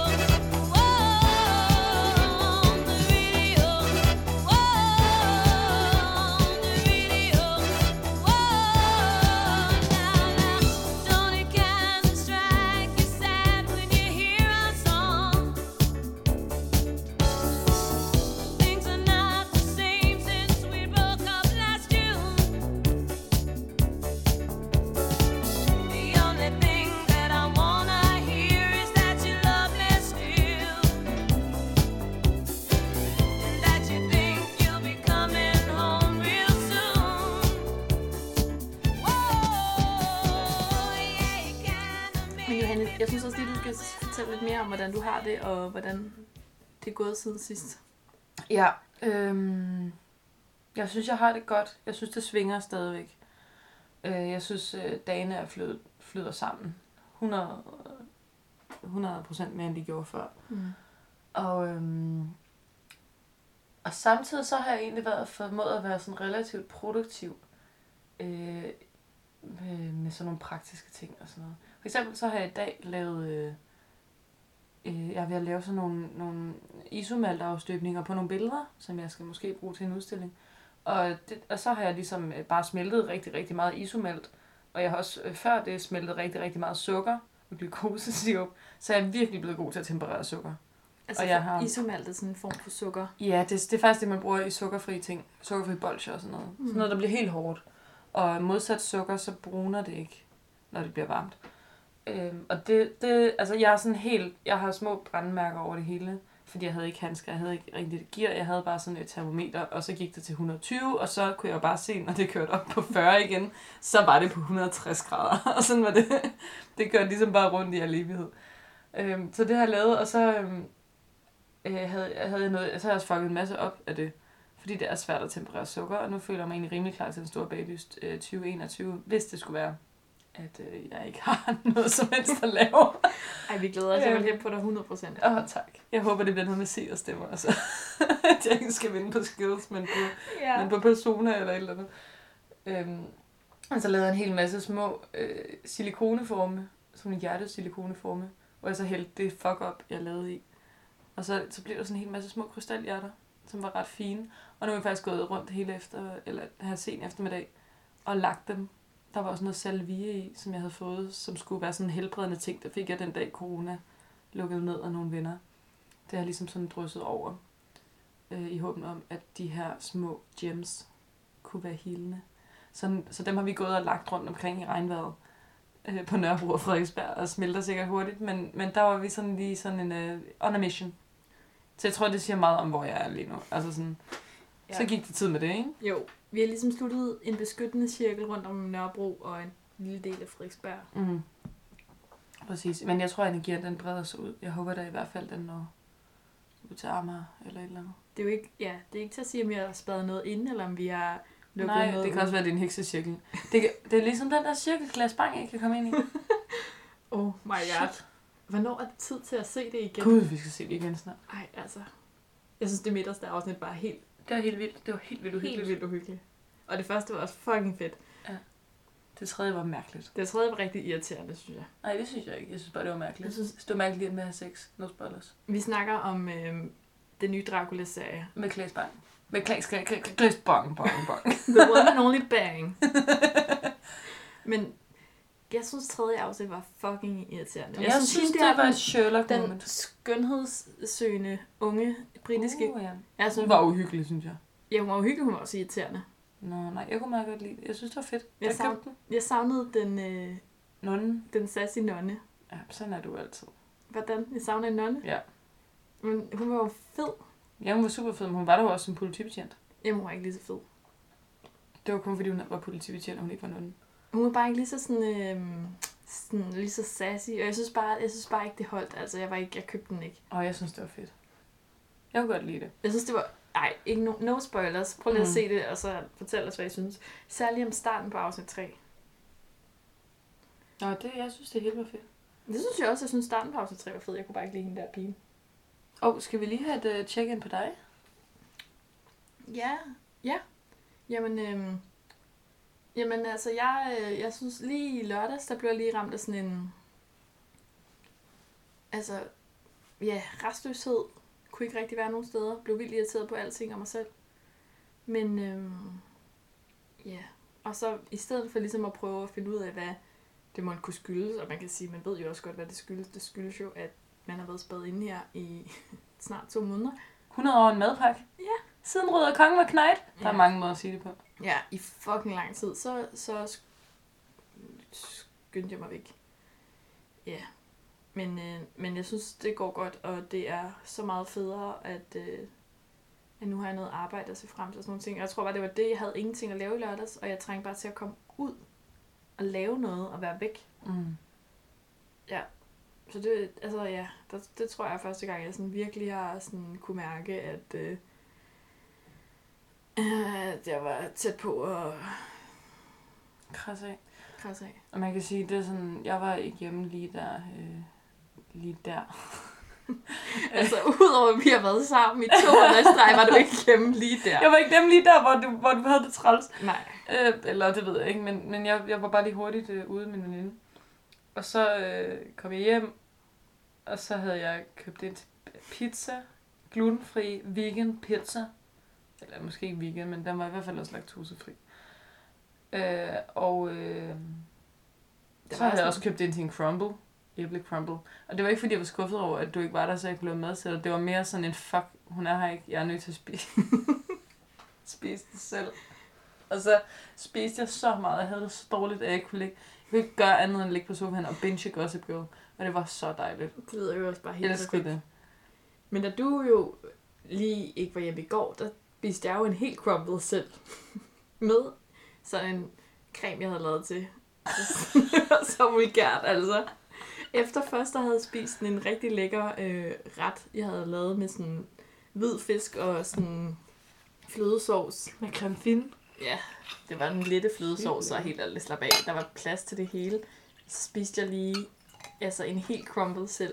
Speaker 3: Whoa, on the radio. Whoa, on the radio. Whoa, now, now, don't it kinda strike you sad when you hear our song? Things are not the same since we broke up last June. The only thing that I wanna hear is that you love me still, and that you think you'll be coming home real soon. Whoa, yeah, you kinda
Speaker 1: Men
Speaker 3: make
Speaker 1: Johanne, jeg synes også lige, du skal fortælle lidt mere om, hvordan du har det, og hvordan det er gået siden sidst.
Speaker 2: Ja, øhm, jeg synes, jeg har det godt. Jeg synes, det svinger stadigvæk. Øh, jeg synes, øh, dagene er flyder, flyder sammen. hundrede procent mere, end de gjorde før.
Speaker 1: Mm.
Speaker 2: Og, øhm, og samtidig så har jeg egentlig været formået at være sådan relativt produktiv øh, med, med sådan nogle praktiske ting og sådan noget. For eksempel så har jeg i dag lavet, øh, øh, jeg er ved at lave sådan nogle, nogle isomaltafstøbninger på nogle billeder, som jeg skal måske bruge til en udstilling. Og, det, og så har jeg ligesom bare smeltet rigtig, rigtig meget isomalt. Og jeg har også øh, før det smeltet rigtig, rigtig meget sukker og glukosesirup. Så jeg er virkelig blevet god til at temperere sukker.
Speaker 1: Altså
Speaker 2: og jeg har...
Speaker 1: isomalt er sådan en form for sukker.
Speaker 2: Ja, det, det er faktisk det, man bruger i sukkerfri ting. Sukkerfri bolsjer og sådan noget. Mm. Sådan noget, der bliver helt hårdt. Og modsat sukker, så bruner det ikke, når det bliver varmt. Øhm, og det, det, altså jeg er sådan helt, jeg har små brandmærker over det hele. Fordi jeg havde ikke handsker, jeg havde ikke rigtig gear, jeg havde bare sådan et termometer, og så gik det til et hundrede og tyve, og så kunne jeg jo bare se, når det kørte op på fyrre igen, så var det på et hundrede og tres grader, og sådan var det. Det kørte ligesom bare rundt i al evighed. Øhm, så det har jeg lavet, og så øhm, øh, havde, havde jeg noget, så har jeg også fucket en masse op af det, fordi det er svært at temperere sukker, og nu føler jeg mig egentlig rimelig klar til en stor baglyst øh, tyve enogtyve, hvis det skulle være, at øh, jeg ikke har noget som helst at lave.
Speaker 1: Ej, vi glæder os simpelthen på dig hundrede procent.
Speaker 2: Åh, oh, tak. Jeg håber, det bliver noget med se og stemmer. Altså. At jeg ikke skal vinde på skills, men på,
Speaker 1: Ja.
Speaker 2: men på persona eller et eller andet. Øhm, og så lavede jeg en hel masse små øh, silikoneforme, sådan en hjertesilikoneforme, hvor jeg så hældte det fuck-up, jeg lavede i. Og så, så blev der sådan en hel masse små krystalhjerter, som var ret fine. Og nu er jeg faktisk gået rundt hele efter, eller her sen eftermiddag, og lagt dem. Der var også noget salvie i, som jeg havde fået, som skulle være sådan en helbredende ting. Der fik jeg den dag corona lukket ned af nogle venner. Det har ligesom sådan drysset over, øh, i håben om, at de her små gems kunne være healende. Så, så dem har vi gået og lagt rundt omkring i regnvejret øh, på Nørrebro og Frederiksberg, og smelter sikkert hurtigt, men, men der var vi sådan lige sådan en uh, on a mission. Så jeg tror, det siger meget om, hvor jeg er lige nu. Altså sådan, ja. Så gik det tid med det, ikke?
Speaker 1: Jo, vi har ligesom sluttet en beskyttende cirkel rundt om Nørrebro og en lille del af Frederiksberg.
Speaker 2: Mm. Præcis. Men jeg tror, at energien den breder sig ud. Jeg håber da i hvert fald, den når ud til Amager eller et eller andet.
Speaker 1: Det er jo ikke, ja, det er ikke til at sige, om vi har spadet noget inde, eller om vi har lukket
Speaker 2: Nej,
Speaker 1: noget
Speaker 2: det kan
Speaker 1: ud.
Speaker 2: også være, det er en heksecirkel. Det, kan, det er ligesom den der cirkelglas bang, jeg kan komme ind i.
Speaker 1: Oh my god. Hvornår er det tid til at se det igen?
Speaker 2: Gud, vi skal se det igen snart.
Speaker 1: Ej, altså. Jeg synes, det midterste afsnit var helt,
Speaker 2: Det var helt vildt. Det var helt vildt uhyggeligt.
Speaker 1: helt vildt uhyggeligt. Og det første var også fucking fedt.
Speaker 2: Det tredje var mærkeligt.
Speaker 1: Det tredje var rigtig irriterende, synes jeg.
Speaker 2: Nej, det synes jeg ikke. Jeg synes bare, det var mærkeligt.
Speaker 1: Jeg synes-
Speaker 2: det var mærkeligt med at have sex. No spoilers.
Speaker 1: Vi snakker om øh, den nye Dracula-serie.
Speaker 2: Med Klaas Bang. Med Klaas, Klaas, Klaas, Klaas Bang, Bang, Bang.
Speaker 1: The one and only bang. Men jeg synes, tredje afsnit var fucking irriterende.
Speaker 2: Jeg, jeg synes, det,
Speaker 1: der
Speaker 2: det var
Speaker 1: den-
Speaker 2: et Sherlock
Speaker 1: Den
Speaker 2: moment.
Speaker 1: skønhedssøgende unge britiske...
Speaker 2: Uh, ja.
Speaker 1: Jeg synes,
Speaker 2: Hun var uhyggelig, synes jeg.
Speaker 1: ja, hun var uhyggelig, hun var også irriterende.
Speaker 2: Nå, nej, jeg kunne meget godt lide det. Jeg synes, det var fedt.
Speaker 1: Jeg
Speaker 2: Jeg,
Speaker 1: savn-
Speaker 2: købte den.
Speaker 1: Jeg savnede den, øh,
Speaker 2: Nonnen.
Speaker 1: den sassy nonne.
Speaker 2: Ja, sådan er du altid.
Speaker 1: Hvordan? Jeg savnede en nonne.
Speaker 2: Ja.
Speaker 1: Men hun var jo fed.
Speaker 2: Ja, hun var super fed, men hun var der jo også som politibetjent.
Speaker 1: Jamen, hun var ikke lige så fed.
Speaker 2: Det var kun fordi, hun var politibetjent, og hun ikke var nonnen.
Speaker 1: Hun var bare ikke lige så sådan, øh, sådan lige så sassy. Og jeg synes bare, jeg synes bare ikke, det holdt. Altså, jeg var ikke, jeg købte den ikke.
Speaker 2: Og jeg synes, det var fedt. Jeg kunne godt lide det.
Speaker 1: Jeg synes, det var... Ej, ikke no, no spoilers. Prøv lige mm. at
Speaker 2: Mm.
Speaker 1: se det, og så fortæl os, hvad I synes. Særligt om starten på afsnit tre.
Speaker 2: Nå, det, jeg synes, det hele var fedt.
Speaker 1: Det synes jeg også. Jeg synes, starten på afsnit tre var fed. Jeg kunne bare ikke lide hende der pige.
Speaker 2: Og oh, skal vi lige have et uh, check-in på dig?
Speaker 1: Ja, ja. Jamen, øhm, jamen altså, jeg, øh, jeg synes lige i lørdags, der blev jeg lige ramt af sådan en... Altså, ja, restløshed. Kunne ikke rigtig være nogen steder. Blev vildt irriteret på alting og mig selv. Men, øhm, ja. Og så i stedet for ligesom at prøve at finde ud af, hvad det måtte kunne skyldes, og man kan sige, man ved jo også godt, hvad det skyldes. Det skyldes jo, at man har været spadet inde her i snart to måneder.
Speaker 2: hundrede år en madpakke.
Speaker 1: Ja.
Speaker 2: Siden Rød og Kongen var knejt. Der er
Speaker 1: Ja.
Speaker 2: mange måder at sige det på.
Speaker 1: Ja, i fucking lang tid, så, så sk- skyndte jeg mig væk. Ja, men, øh, men jeg synes, det går godt, og det er så meget federe, at, øh, at nu har jeg noget arbejde at se frem til og sådan nogle ting. Og jeg tror bare, det var det, jeg havde ingenting at lave i lørdags, og jeg trængte bare til at komme ud og lave noget og være væk.
Speaker 2: Mm.
Speaker 1: Så det, altså ja, der, det tror jeg er første gang, jeg sådan virkelig har sådan kunne mærke, at, øh, at jeg var tæt på at
Speaker 2: Krads af.
Speaker 1: Krads af.
Speaker 2: Og man kan sige, det er sådan, jeg var ikke hjemme lige der, øh, lige der.
Speaker 1: Altså, udover at vi har været sammen i tooghalvtreds streg, var du ikke hjemme lige der.
Speaker 2: Jeg var ikke hjemme lige der, hvor du, hvor du havde det træls.
Speaker 1: Nej.
Speaker 2: Øh, eller det ved jeg ikke, men, men jeg, jeg var bare lige hurtigt øh, ude med min veninde. Og så øh, kom jeg hjem, og så havde jeg købt ind til pizza, glutenfri vegan pizza. Eller måske ikke vegan, men den var i hvert fald også laktosefri. Øh, og øh, så havde jeg også købt ind til en crumble, æble crumble. Og det var ikke fordi, jeg var skuffet over, at du ikke var der, så jeg kunne lave mad til dig. Det var mere sådan en fuck, hun er her ikke, jeg er nødt til at spise, spise det selv. Og så spiste jeg så meget, jeg havde det så dårligt, at jeg kunne ligge. Jeg kunne ikke gøre andet end at ligge på sofaen og binge Gossip Girl. Og det var så dejligt.
Speaker 1: Det lyder jo også bare helt
Speaker 2: Jeg elskede det.
Speaker 1: Men da du jo lige ikke var hjemme i går, der spiste jeg jo en helt crumble selv. Med sådan en creme, jeg havde lavet til. Så vulgært, altså. Efter først, der havde jeg spist sådan en rigtig lækker øh, ret, jeg havde lavet med sådan hvid fisk og sådan flødesovs.
Speaker 2: Med creme fin.
Speaker 1: Ja, det var den lette flødesovs, så helt ærligt slap af. Der var plads til det hele. Så spiste jeg lige altså en helt crumble selv.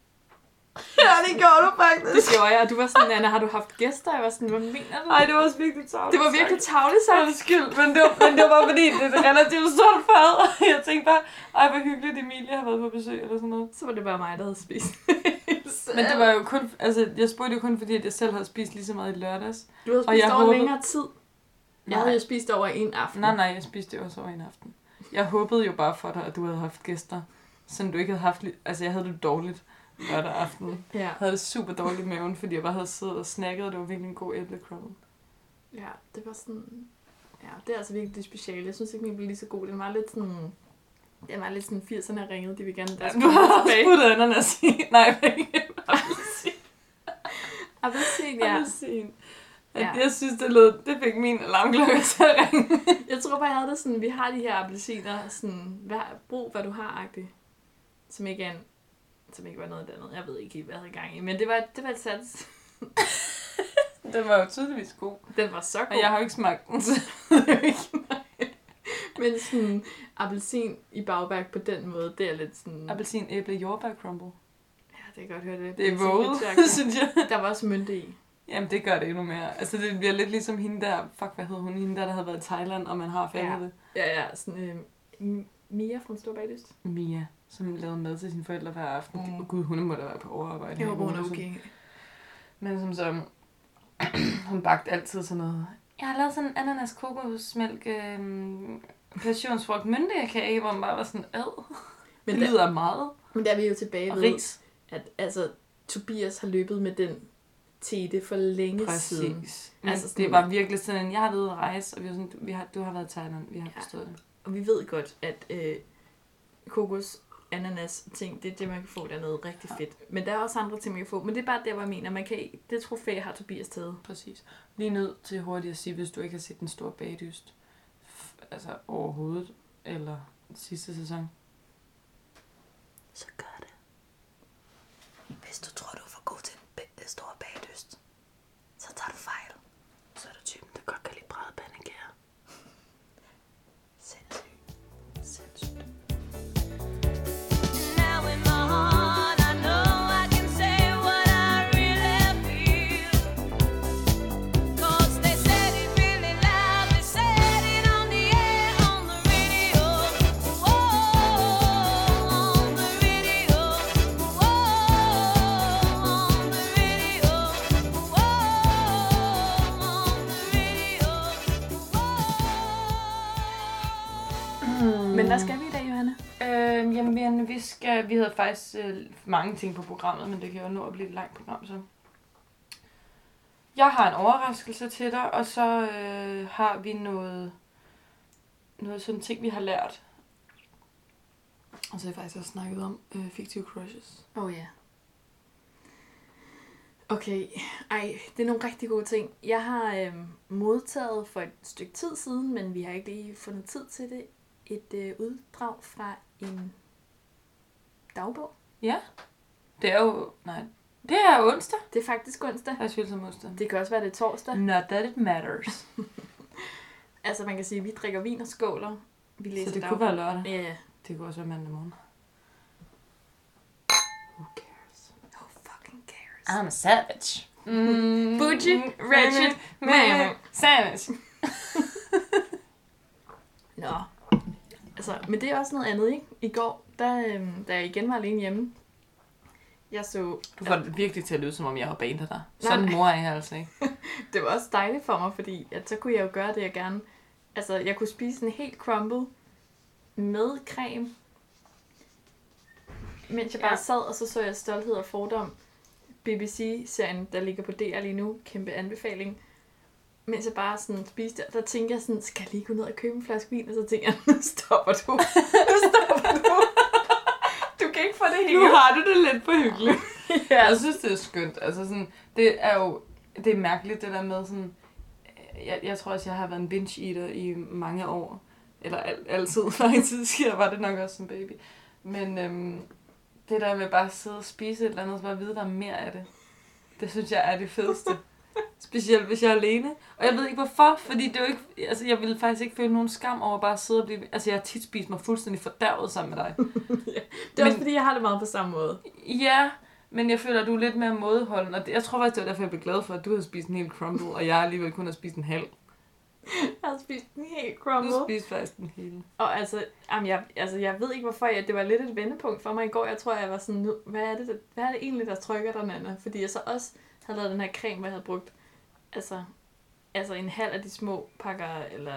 Speaker 2: Ja, det gjorde du faktisk.
Speaker 1: Det gjorde jeg, og du var sådan, Anna, har du haft gæster? Jeg var sådan, hvad mener du?
Speaker 2: Nej, det var også virkelig tavligt.
Speaker 1: Det var virkelig tavligt sagt.
Speaker 2: Undskyld, men det var, men det var bare fordi, det er et relativt stort fad, og jeg tænkte bare, ej, hvor hyggeligt, Emilie har været på besøg, eller sådan noget.
Speaker 1: Så var det bare mig, der havde spist.
Speaker 2: Men det var jo kun, altså, jeg spurgte jo kun fordi, at jeg selv havde spist lige så meget i lørdags.
Speaker 1: Du havde
Speaker 2: Og
Speaker 1: spist
Speaker 2: jeg
Speaker 1: over
Speaker 2: håbede-
Speaker 1: længere tid. Jeg havde jo spist over en aften.
Speaker 2: Nej, nej, jeg spiste jo også over en aften. Jeg håbede jo bare for dig, at du havde haft gæster, så du ikke havde haft, li- altså jeg havde det dårligt lørdag aften.
Speaker 1: Ja.
Speaker 2: Jeg havde det super dårligt i maven, fordi jeg bare havde siddet og snakket, og det var virkelig en god æblecrumble.
Speaker 1: Ja, det var sådan... Ja, det er altså virkelig det speciale. Jeg synes ikke, den blev lige så god. Den var lidt sådan... Den var lidt sådan firserne ringede, de vil gerne deres
Speaker 2: Du har også puttet ananas i. Nej, ikke. Appelsin.
Speaker 1: Appelsin, ja.
Speaker 2: Appelsin. At
Speaker 1: Ja.
Speaker 2: Jeg synes, det lød, det fik min alarmklokke til at ringe.
Speaker 1: Jeg tror bare, jeg havde det sådan, vi har de her appelsiner, sådan, hvad, brug hvad du har-agtigt. Som ikke er en, som ikke var noget andet. Jeg ved ikke helt, hvad jeg havde gang i, men det var, det var et sats.
Speaker 2: Den var jo tydeligvis god.
Speaker 1: Den var så god.
Speaker 2: Og jeg har jo ikke smagt den, så det er jo ikke.
Speaker 1: Men sådan appelsin i bagværk på den måde, det er lidt sådan...
Speaker 2: Appelsin, æble, jordbær crumble.
Speaker 1: Ja, det kan jeg godt høre det.
Speaker 2: Det er
Speaker 1: sådan
Speaker 2: våget,
Speaker 1: lidt chakra.
Speaker 2: synes jeg.
Speaker 1: Der var også mynte i.
Speaker 2: Jamen, det gør det endnu mere. Altså, det bliver lidt ligesom hende der, fuck, hvad hed hun, hende der, der havde været i Thailand, og man har fanget
Speaker 1: Ja.
Speaker 2: det.
Speaker 1: Ja, ja, sådan øh, M- Mia fra Stor Baglyst.
Speaker 2: Mia, som lavede mad til sine forældre hver aften.
Speaker 1: Mm.
Speaker 2: Mm. Gud, hun må da være på overarbejde.
Speaker 1: Jeg
Speaker 2: her i
Speaker 1: håber, hun er
Speaker 2: Mosen.
Speaker 1: okay.
Speaker 2: Men som så, hun bagte altid sådan noget. Jeg har lavet sådan en ananas kokosmælk øhm, passionsfrugt myndigekage, hvor man bare var sådan, ad.
Speaker 1: Men
Speaker 2: Det
Speaker 1: der,
Speaker 2: lyder meget.
Speaker 1: men der er vi jo tilbage
Speaker 2: Og
Speaker 1: ved,
Speaker 2: ris.
Speaker 1: at altså, Tobias har løbet med den tete for længe siden.
Speaker 2: Præcis. Men
Speaker 1: Altså
Speaker 2: altså,
Speaker 1: sådan-
Speaker 2: det var virkelig sådan en, jeg har været ude at rejse, og vi var sådan, vi har, du har været i Thailand, vi har
Speaker 1: Ja.
Speaker 2: forstået det.
Speaker 1: Og vi ved godt, at øh, kokos, ananas ting, det er det, man kan få dernede rigtig fedt. Men der er også andre ting, man kan få. Men det er bare der, hvor jeg mener, man kan ikke, det trofæ har Tobias taget.
Speaker 2: Præcis. Lige nødt til hurtigt at sige, hvis du ikke har set Den Store Bagdyst, f- altså overhovedet, eller sidste sæson.
Speaker 1: Så gør det. Hvis du tror, du er for god til en b- stor bagdyst, så tager du fejl.
Speaker 2: Så er du typen, der godt kan lide brædepandekager.
Speaker 1: Sindssygt. Sindssygt.
Speaker 3: Now in my heart, I know I can say what I really feel. 'Cause they said it really loud, they said it on the air, on the radio. Whoa, on the radio. Whoa, on the radio. Whoa, on the radio. Whoa.
Speaker 1: Men hvad skal vi i dag, Johanna?
Speaker 2: Øh, jamen, vi, skal, vi havde faktisk øh, mange ting på programmet, men det kan jo nå at blive et langt program, så. Jeg har en overraskelse til dig, og så øh, har vi noget, noget sådan ting, vi har lært. Og så har jeg faktisk også snakket om øh, fiktive crushes.
Speaker 1: Oh ja. Okay, ej, det er nogle rigtig gode ting. Jeg har øhm, modtaget for et stykke tid siden, men vi har ikke lige fundet tid til det, et øh, uddrag fra en dagbog.
Speaker 2: Ja, det er jo, nej, det er onsdag.
Speaker 1: Det er faktisk onsdag.
Speaker 2: Jeg synes som onsdag.
Speaker 1: Det kan også være, det er torsdag.
Speaker 2: Not that it matters.
Speaker 1: Altså man kan sige, at vi drikker vin og skåler Vi læser
Speaker 2: Så det
Speaker 1: dagbog.
Speaker 2: kunne være lørdag.
Speaker 1: Ja, ja.
Speaker 2: Det kunne også være mandag morgen. Who cares?
Speaker 1: Who fucking cares?
Speaker 2: I'm a savage. Mm,
Speaker 1: Bougie, wretched, man.
Speaker 2: Savage.
Speaker 1: Nå. Altså, men det er også noget andet, ikke? I går, der, øhm, da jeg igen var alene hjemme, jeg så...
Speaker 2: Du får det virkelig til at lyde, som om jeg har banet dig.
Speaker 1: Nej,
Speaker 2: Sådan
Speaker 1: nej.
Speaker 2: mor er jeg altså ikke.
Speaker 1: Det var også dejligt for mig, fordi at så kunne jeg jo gøre det, jeg gerne... Altså, jeg kunne spise en helt crumble med creme, mens jeg bare
Speaker 2: Ja.
Speaker 1: sad, og så så jeg Stolthed og Fordom, B B C-serien, der ligger på D R lige nu. Kæmpe anbefaling. Mens jeg bare sådan spiste, der tænkte jeg sådan, skal jeg lige gå ned og købe en flaske vin? Og så tænkte jeg, nu stopper du. Nu stopper du. Du kan ikke få det hele.
Speaker 2: Nu har du det lidt for hyggeligt.
Speaker 1: Ja.
Speaker 2: Jeg synes, det er skønt. Altså sådan, det er jo det er mærkeligt, det der med sådan... Jeg, jeg tror også, jeg har været en binge-eater i mange år. Eller al, altid. Mange tid sker, var det nok også som baby. Men øhm, det der med bare at sidde og spise et eller andet, så bare vide, der er mere af det. Det synes jeg er det fedeste. Specielt hvis jeg er alene. Og jeg ved ikke hvorfor, fordi det er jo ikke... Altså, jeg ville faktisk ikke føle nogen skam over bare at sidde og blive... Altså, jeg har tit spist mig fuldstændig fordærvet sammen med dig.
Speaker 1: Det er også
Speaker 2: Men-
Speaker 1: fordi, jeg har det meget på samme måde.
Speaker 2: Ja, men jeg føler, at du er lidt mere mådeholden. Og det, jeg tror faktisk, det var derfor, jeg blev glad for, at du havde spist en hel crumble, og jeg alligevel kun har spist en halv.
Speaker 1: Jeg har spist en helt
Speaker 2: Du
Speaker 1: crumble.
Speaker 2: spiste faktisk en hel.
Speaker 1: Og altså, jamen jeg, altså, jeg ved ikke hvorfor, jeg, det var lidt et vendepunkt for mig i går. Jeg tror, jeg var sådan, nu, hvad, er det, der, hvad er det egentlig, der trykker der, Nana? Fordi jeg så også havde lavet den her creme, hvor jeg havde brugt altså, altså en halv af de små pakker, eller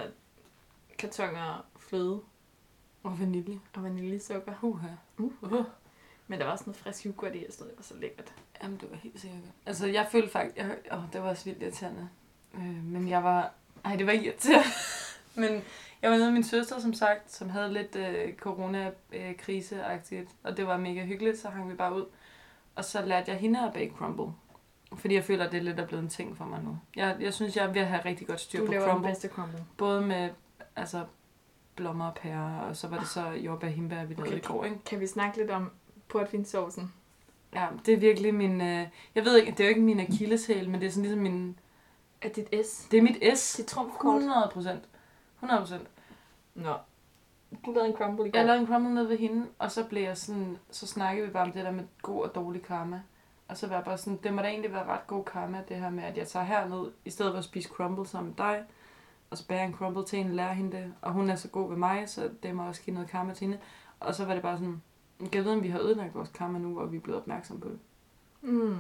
Speaker 1: kartoner fløde
Speaker 2: Og vanilje.
Speaker 1: og vaniljesukker.
Speaker 2: Uha.
Speaker 1: Uh, uh. Men der var også noget frisk yoghurt i, og sådan noget. Det var så lækkert.
Speaker 2: Jamen, det var helt sikkert. Altså, jeg følte faktisk... Jeg, åh, det var også vildt irriterende. Øh, men jeg var... Ej, det var ikke irriterende. Men jeg var nede med min søster, som sagt, som havde lidt øh, corona-krise-agtigt. Og det var mega hyggeligt, så hang vi bare ud. Og så lærte jeg hende at bake crumble. Fordi jeg føler, at det er lidt er blevet en ting for mig nu. Jeg, jeg synes, jeg er ved at have rigtig godt styr
Speaker 1: Du
Speaker 2: på
Speaker 1: laver den
Speaker 2: crumble.
Speaker 1: bedste crumble.
Speaker 2: Både med altså, blommer og pærer, og så var det så jordbær og hindbær, vi lavede
Speaker 1: Okay.
Speaker 2: i går, ikke?
Speaker 1: Kan vi snakke lidt om portvinsaucen?
Speaker 2: Ja, det er virkelig min... Øh, jeg ved ikke, det er jo ikke min akilleshæl, men det er sådan ligesom min...
Speaker 1: Er dit S?
Speaker 2: Det er mit S.
Speaker 1: Dit trumfkort?
Speaker 2: hundrede procent. hundrede procent.
Speaker 1: Nå. Du lavede en crumble i går.
Speaker 2: Jeg lavede en crumble ned ved hende, og så blev jeg sådan... Så snakkede vi bare om det der med god og dårlig karma. Og så var jeg bare sådan, det må da egentlig være ret god karma, det her med, at jeg tager herned, i stedet for at spise crumble sammen med dig, og så bærer en crumble til hende, lærer hende det, og hun er så god ved mig, så det må også give noget karma til hende. Og så var det bare sådan, jeg ved, om vi har ødelagt vores karma nu, og vi er blevet opmærksomme på det.
Speaker 1: Mm.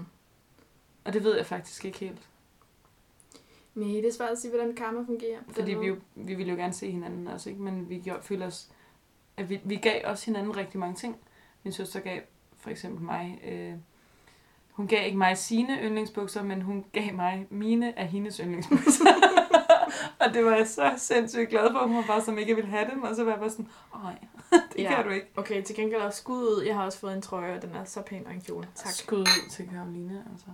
Speaker 2: Og det ved jeg faktisk ikke helt.
Speaker 1: Nej, det er svært at sige, hvordan karma fungerer. på den
Speaker 2: Fordi vi,
Speaker 1: måde.
Speaker 2: jo, vi ville jo gerne se hinanden også, ikke? Men vi gjorde, følte os, at vi, vi gav også hinanden rigtig mange ting. Min søster gav for eksempel mig, øh, hun gav ikke mig sine yndlingsbukser, men hun gav mig mine af hendes yndlingsbukser. Og det var jeg så sindssygt glad for, hun var bare som ikke ville have dem, og så var jeg bare sådan, nej, det
Speaker 1: Ja.
Speaker 2: kan du ikke.
Speaker 1: Okay, til gengæld også skud ud. Jeg har også fået en trøje, og den er så pæn og en kjole. Tak.
Speaker 2: Skud ud til Karoline, altså.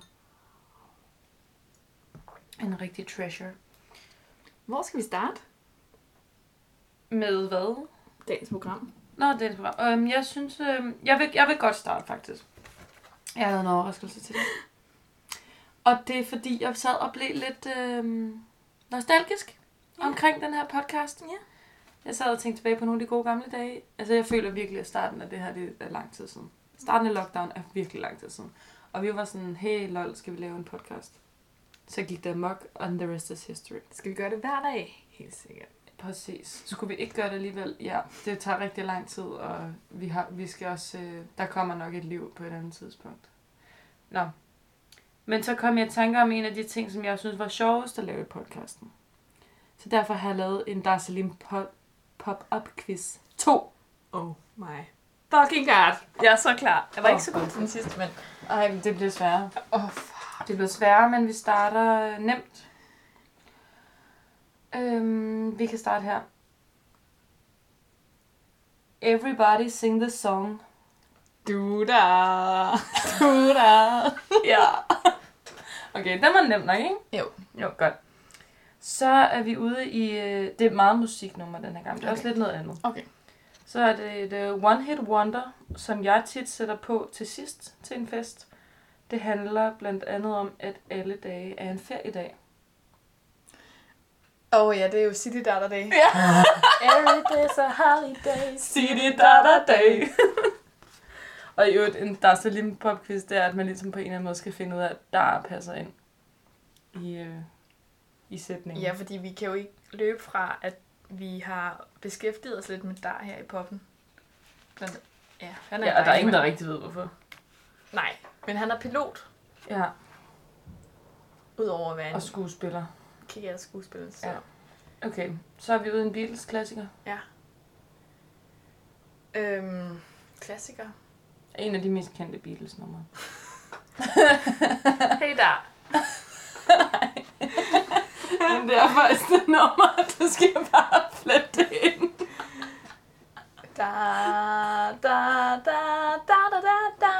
Speaker 2: En rigtig treasure.
Speaker 1: Hvor skal vi starte?
Speaker 2: Med hvad?
Speaker 1: Dagens program.
Speaker 2: Nå, det er det program. Øhm, jeg synes, øhm, jeg, vil, jeg vil godt starte faktisk. Jeg har lavet en overraskelse til det. Og det er fordi, jeg sad og blev lidt øhm, nostalgisk
Speaker 1: Ja.
Speaker 2: omkring den her podcast.
Speaker 1: Ja.
Speaker 2: Jeg sad og tænkte tilbage på nogle af de gode gamle dage. Altså, jeg føler virkelig, at starten af det her, det er lang tid siden. Starten af lockdown er virkelig lang tid siden. Og vi var sådan, hey lol, skal vi lave en podcast? Så gik det amok, and the rest is history.
Speaker 1: Skal vi gøre det hver dag? Helt sikkert.
Speaker 2: Præcis. Skulle vi ikke gøre det alligevel? Ja, det tager rigtig lang tid, og vi, har, vi skal også... Øh, der kommer nok et liv på et andet tidspunkt. Nå. Men så kom jeg i tanke om en af de ting, som jeg synes var sjovest at lave i podcasten. Så derfor har jeg lavet en Dar Salim pop- pop-up quiz to.
Speaker 1: Oh my fucking god. Jeg er så klar. Jeg var
Speaker 2: Åh,
Speaker 1: ikke så god til den sidste, men...
Speaker 2: Ej, men det bliver sværere.
Speaker 1: Åh, oh, fuck.
Speaker 2: Det bliver sværere, men vi starter øh, nemt. Øhm, vi kan starte her. Everybody sing the song.
Speaker 1: Du da. Du da.
Speaker 2: Ja. Okay, den var nem nok, ikke?
Speaker 1: Jo.
Speaker 2: Jo, godt. Så er vi ude i... øh, Det er meget musiknummer den her gang. Det er også
Speaker 1: Okay.
Speaker 2: lidt noget andet.
Speaker 1: Okay.
Speaker 2: Så er det et øh, one hit wonder, som jeg tit sætter på til sidst til en fest. Det handler blandt andet om, at alle dage er en feriedag.
Speaker 1: Åh oh, ja, det er jo City Data Day.
Speaker 2: Ja.
Speaker 1: Every day's a holiday.
Speaker 2: City Data Day. Og i øvrigt, en der er så lille popquiz, det er, at man ligesom på en eller anden måde skal finde ud af, at der passer ind i, øh, i sætningen.
Speaker 1: Ja, fordi vi kan jo ikke løbe fra, at vi har beskæftiget os lidt med der her i poppen. Blandt, ja, han er
Speaker 2: Ja, og der er ingen, der
Speaker 1: mand.
Speaker 2: rigtig ved, hvorfor.
Speaker 1: Nej, men han er pilot,
Speaker 2: Ja,
Speaker 1: udover at være en
Speaker 2: og skuespiller.
Speaker 1: kigger skuespiller. Så.
Speaker 2: Ja. Okay, så er vi ude i en Beatles-klassiker.
Speaker 1: Øhm, klassiker.
Speaker 2: En af de mest kendte Beatles-numre.
Speaker 1: Hey der.
Speaker 2: Men det er faktisk det nummer, du skal bare flette ind.
Speaker 1: Da, da, da, da, da, da, da.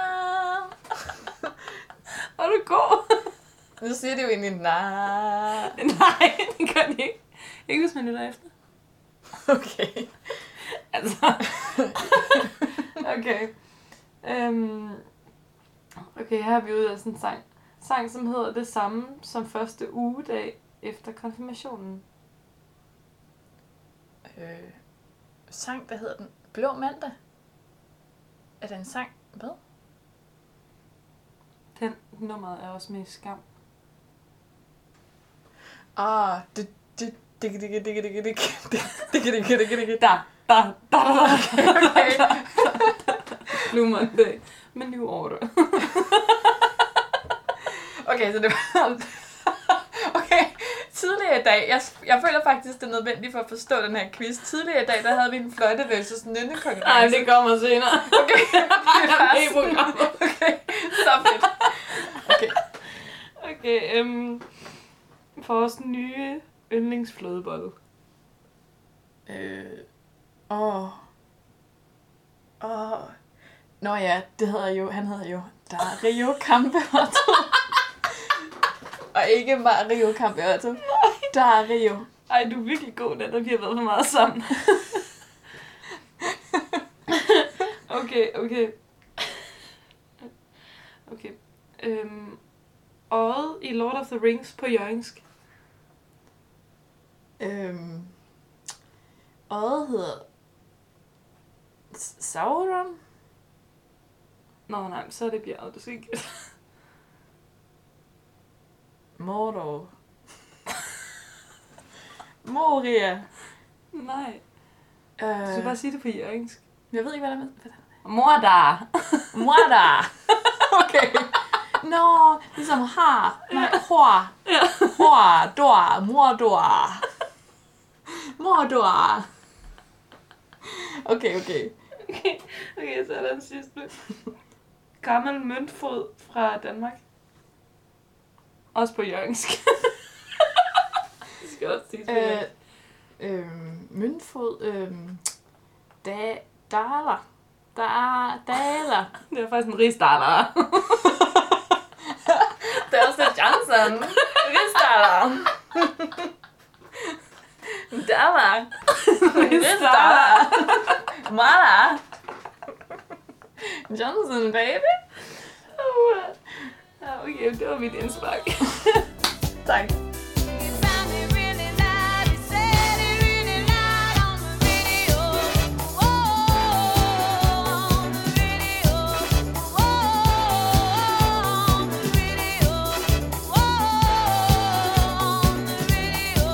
Speaker 2: Er du god?
Speaker 1: Nu siger det jo egentlig, nej.
Speaker 2: Nej, det gør det ikke. Ikke hvis man lytter efter.
Speaker 1: Okay.
Speaker 2: Altså. Okay. Um, okay, her er vi ude af sådan en sang. Sang, som hedder det samme som første ugedag efter konfirmationen.
Speaker 1: Øh, sang, hvad hedder den? Blå mandag? Er det en sang? Hvad?
Speaker 2: Den nummeret er også med i Skam.
Speaker 1: Ah, det, det, det, det, det, det, det, det, det, det, det, det, det, det, det.
Speaker 2: Der, der, der, der.
Speaker 1: Okay.
Speaker 2: Blue Monday. Men New Order.
Speaker 1: Okay, så det var... Okay, tidligere i dag, jeg, jeg føler faktisk, det er nødvendigt for at forstå den her quiz. Tidligere i dag, der havde vi en fløjte versus nynne konkurrence.
Speaker 2: Nej, det kommer senere.
Speaker 1: Okay, det er
Speaker 2: i programmet.
Speaker 1: Okay, så fedt. Okay.
Speaker 2: Okay, um, for vores nye yndlingsflødebolle.
Speaker 1: Øh... Åh... Åh... Nå ja, det hedder jo... Han hedder jo Dario Campeotto. Og ikke Mario Campeotto. Dario.
Speaker 2: Ej, du er virkelig god, den der vi har været for meget sammen. Okay, okay. Okay. Øhm, øjet i Lord of the Rings på jørgensk.
Speaker 1: Øhm... Øjet hedder... S- Sauron?
Speaker 2: Nå nej, så er det bjerget, du skal ikke gætte.
Speaker 1: Mordor. Moria.
Speaker 2: Nej,
Speaker 1: Øh,
Speaker 2: du skal bare sige det på jørgensk.
Speaker 1: jeg ved ikke, hvad der er med. Hvad der
Speaker 2: Mordar.
Speaker 1: Mordor. Okay. Nå, ligesom har. Nej, hår. Hår, dor, mordor. Mordor. Okay, okay.
Speaker 2: Okay, okay, så er der den sidste. Gammel møntfod fra Danmark. Også på jørgensk. Det skal også sige på
Speaker 1: Øh,
Speaker 2: jørgensk.
Speaker 1: øh, møntfod. Øh, da, daler. Der daler.
Speaker 2: Det er faktisk en rigsdaler.
Speaker 1: Det er også Johnson. Rigsdaler. Daler. Rigsdaler. Mala. Johnson, baby.
Speaker 2: Ja, okay, det var mit indspark.
Speaker 1: Tak.
Speaker 3: You found it really loud. You said it really loud on the radio. Whoa, on the radio. Whoa, on the radio. Whoa, on the radio.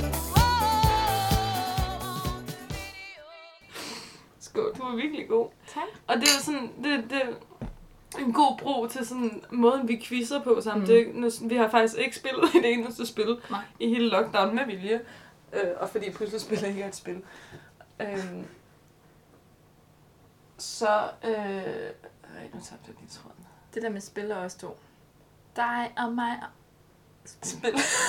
Speaker 3: Whoa, on the radio.
Speaker 2: Skål, du var virkelig god.
Speaker 1: Tak.
Speaker 2: Og det er jo sådan, det, det er en god bro til sådan måden, vi quizzer på sammen.
Speaker 1: Mm.
Speaker 2: Det er, ikke- nu, vi har faktisk ikke spillet et eneste spil
Speaker 1: Nej.
Speaker 2: i hele lockdown med vilje. Øh, og fordi puslespil ikke er et spil. Øh, så, øh, ej, nu tabte jeg lige tråden.
Speaker 1: Det der med spil er også to. Dig og mig.
Speaker 2: Spil.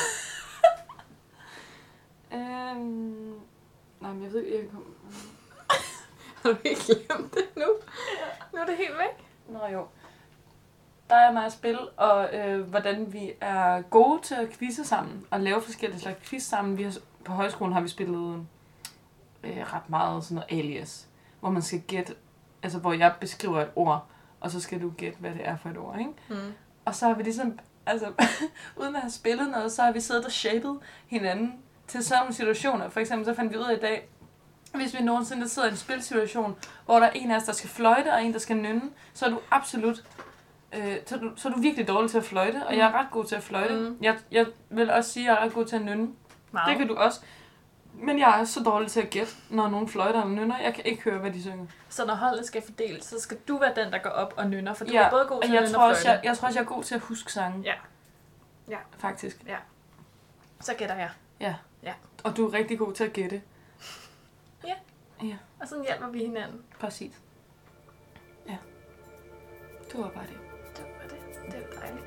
Speaker 2: øhm, nej, men jeg ved ikke, jeg kom...
Speaker 1: Har du ikke glemt det nu? Nu er det helt væk.
Speaker 2: Nå jo. Der er meget spil, og øh, hvordan vi er gode til at quizze sammen, og lave forskellige slags quiz sammen. Vi har, på højskolen har vi spillet øh, ret meget sådan noget alias, hvor man skal gætte, altså hvor jeg beskriver et ord, og så skal du gætte, hvad det er for et ord, ikke?
Speaker 1: Mm.
Speaker 2: Og så har vi ligesom, altså uden at have spillet noget, så har vi siddet og shapet hinanden til sådan nogle situationer. For eksempel så fandt vi ud af i dag, hvis vi nogensinde sidder i en spilsituation, hvor der er en af os, der skal fløjte, og en, der skal nynne, så er du absolut, øh, så, er du, så er du virkelig dårlig til at fløjte, og jeg er ret god til at fløjte. Mm. Jeg, jeg vil også sige, at jeg er ret god til at nynne. Wow. Det kan du også. Men jeg er så dårlig til at gætte, når nogen fløjter eller nynner. Jeg kan ikke høre, hvad de synger.
Speaker 1: Så når holdet skal fordeles, så skal du være den, der går op og nynner, for du
Speaker 2: ja,
Speaker 1: er både god til
Speaker 2: jeg
Speaker 1: at nynne
Speaker 2: tror
Speaker 1: og
Speaker 2: også,
Speaker 1: fløjte.
Speaker 2: jeg, jeg tror også, jeg er god til at huske sange.
Speaker 1: Ja. Ja.
Speaker 2: Faktisk.
Speaker 1: Ja. Så gætter jeg.
Speaker 2: Ja.
Speaker 1: Ja.
Speaker 2: Og du er rigtig god til at gætte.
Speaker 1: Ja.
Speaker 2: Ja.
Speaker 1: Og sådan hjælper vi hinanden.
Speaker 2: Præcis. Ja. Det var bare det.
Speaker 1: Det var det. Det var dejligt.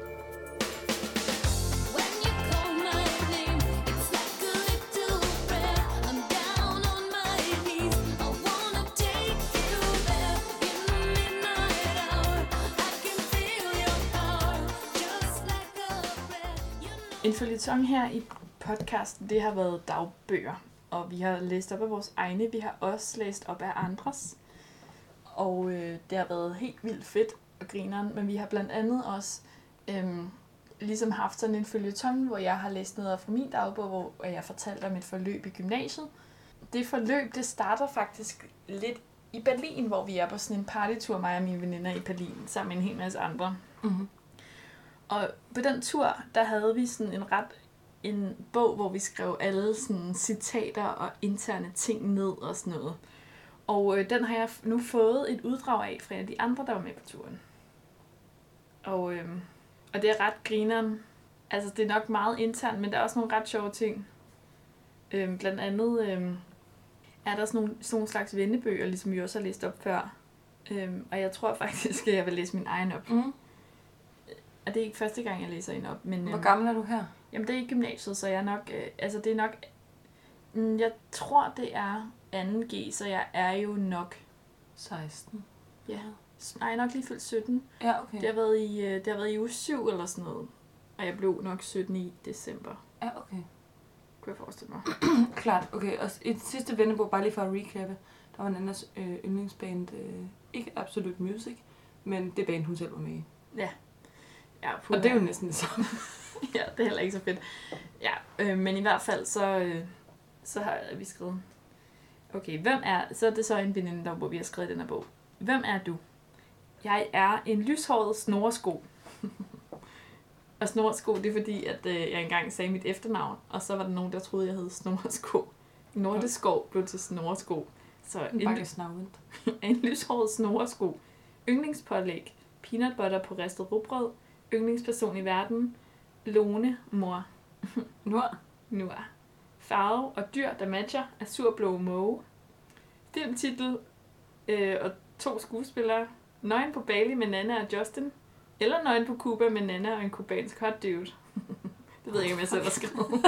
Speaker 3: When you call my name, it's like a little prayer. I'm down on my knees. I wanna take you there in the midnight hour. I can feel your power, just like a prayer. You know.
Speaker 1: En føljeton her i podcasten, det har været dagbøger. Og vi har læst op af vores egne, vi har også læst op af andres. Og øh, det har været helt vildt fedt og grineren, men vi har blandt andet også øhm, ligesom haft sådan en føljeton, hvor jeg har læst noget fra min dagbog, hvor jeg fortalte om et forløb i gymnasiet. Det forløb, det starter faktisk lidt i Berlin, hvor vi er på sådan en partytur, mig og mine veninder i Berlin, sammen med en hel masse andre.
Speaker 2: Mm-hmm.
Speaker 1: Og på den tur, der havde vi sådan en ret en bog, hvor vi skrev alle sådan citater og interne ting ned og sådan noget. Og øh, den har jeg nu fået et uddrag af fra en af de andre, der var med på turen. Og, øh, og det er ret grineren. Altså, det er nok meget internt, men der er også nogle ret sjove ting. Øh, blandt andet øh, er der sådan nogle, sådan nogle slags vennebøger, ligesom vi også har læst op før. Øh, og jeg tror faktisk, at jeg vil læse min egen op.
Speaker 2: Mm.
Speaker 1: Og det er ikke første gang, jeg læser en op. Men,
Speaker 2: Hvor
Speaker 1: øh,
Speaker 2: gammel er du her?
Speaker 1: Jamen, det er i gymnasiet, så jeg er nok... Øh, altså, det er nok... Mm, jeg tror, det er anden G, så jeg er jo nok...
Speaker 2: seksten.
Speaker 1: Ja. Nej, jeg er nok lige fyldt sytten.
Speaker 2: Ja, okay.
Speaker 1: Det har været i, øh, det har været i uge syv eller sådan noget. Og jeg blev nok sytten i december.
Speaker 2: Ja, okay.
Speaker 1: Kunne jeg forestille mig.
Speaker 2: Klart, okay. Og et sidste vennebog, bare lige for at recappe. Der var en andens øh, yndlingsband, øh, ikke Absolute Music, men det band, hun selv var med i.
Speaker 1: Ja. Ja,
Speaker 2: og det er jo næsten det samme.
Speaker 1: Ja, det er heller ikke så fedt. Ja, øh, men i hvert fald, så, øh, så har vi skrevet... Okay, hvem er... Så er det så en veninde, der hvor vi har skrevet den her bog. Hvem er du? Jeg er en lyshåret snoresko. Og snoresko, det er fordi, at øh, jeg engang sagde mit efternavn, og så var der nogen, der troede, jeg hed Snoresko. Nordeskov blev til Snoresko. Så
Speaker 2: En
Speaker 1: en,
Speaker 2: bakke snavent.
Speaker 1: en lyshåret snoresko. Yndlingspålæg. Peanut butter på ristet rugbrød. Yndlingsperson i verden. Lone, mor.
Speaker 2: Nord.
Speaker 1: Nord. Farve og dyr, der matcher. Azurblå måge. Filmtitel øh, og to skuespillere. Nøgen på Bali med Nana og Justin. Eller Nøgen på Cuba med Nana og en kubansk hot dude. Det ved jeg ikke, om jeg selv har skrevet.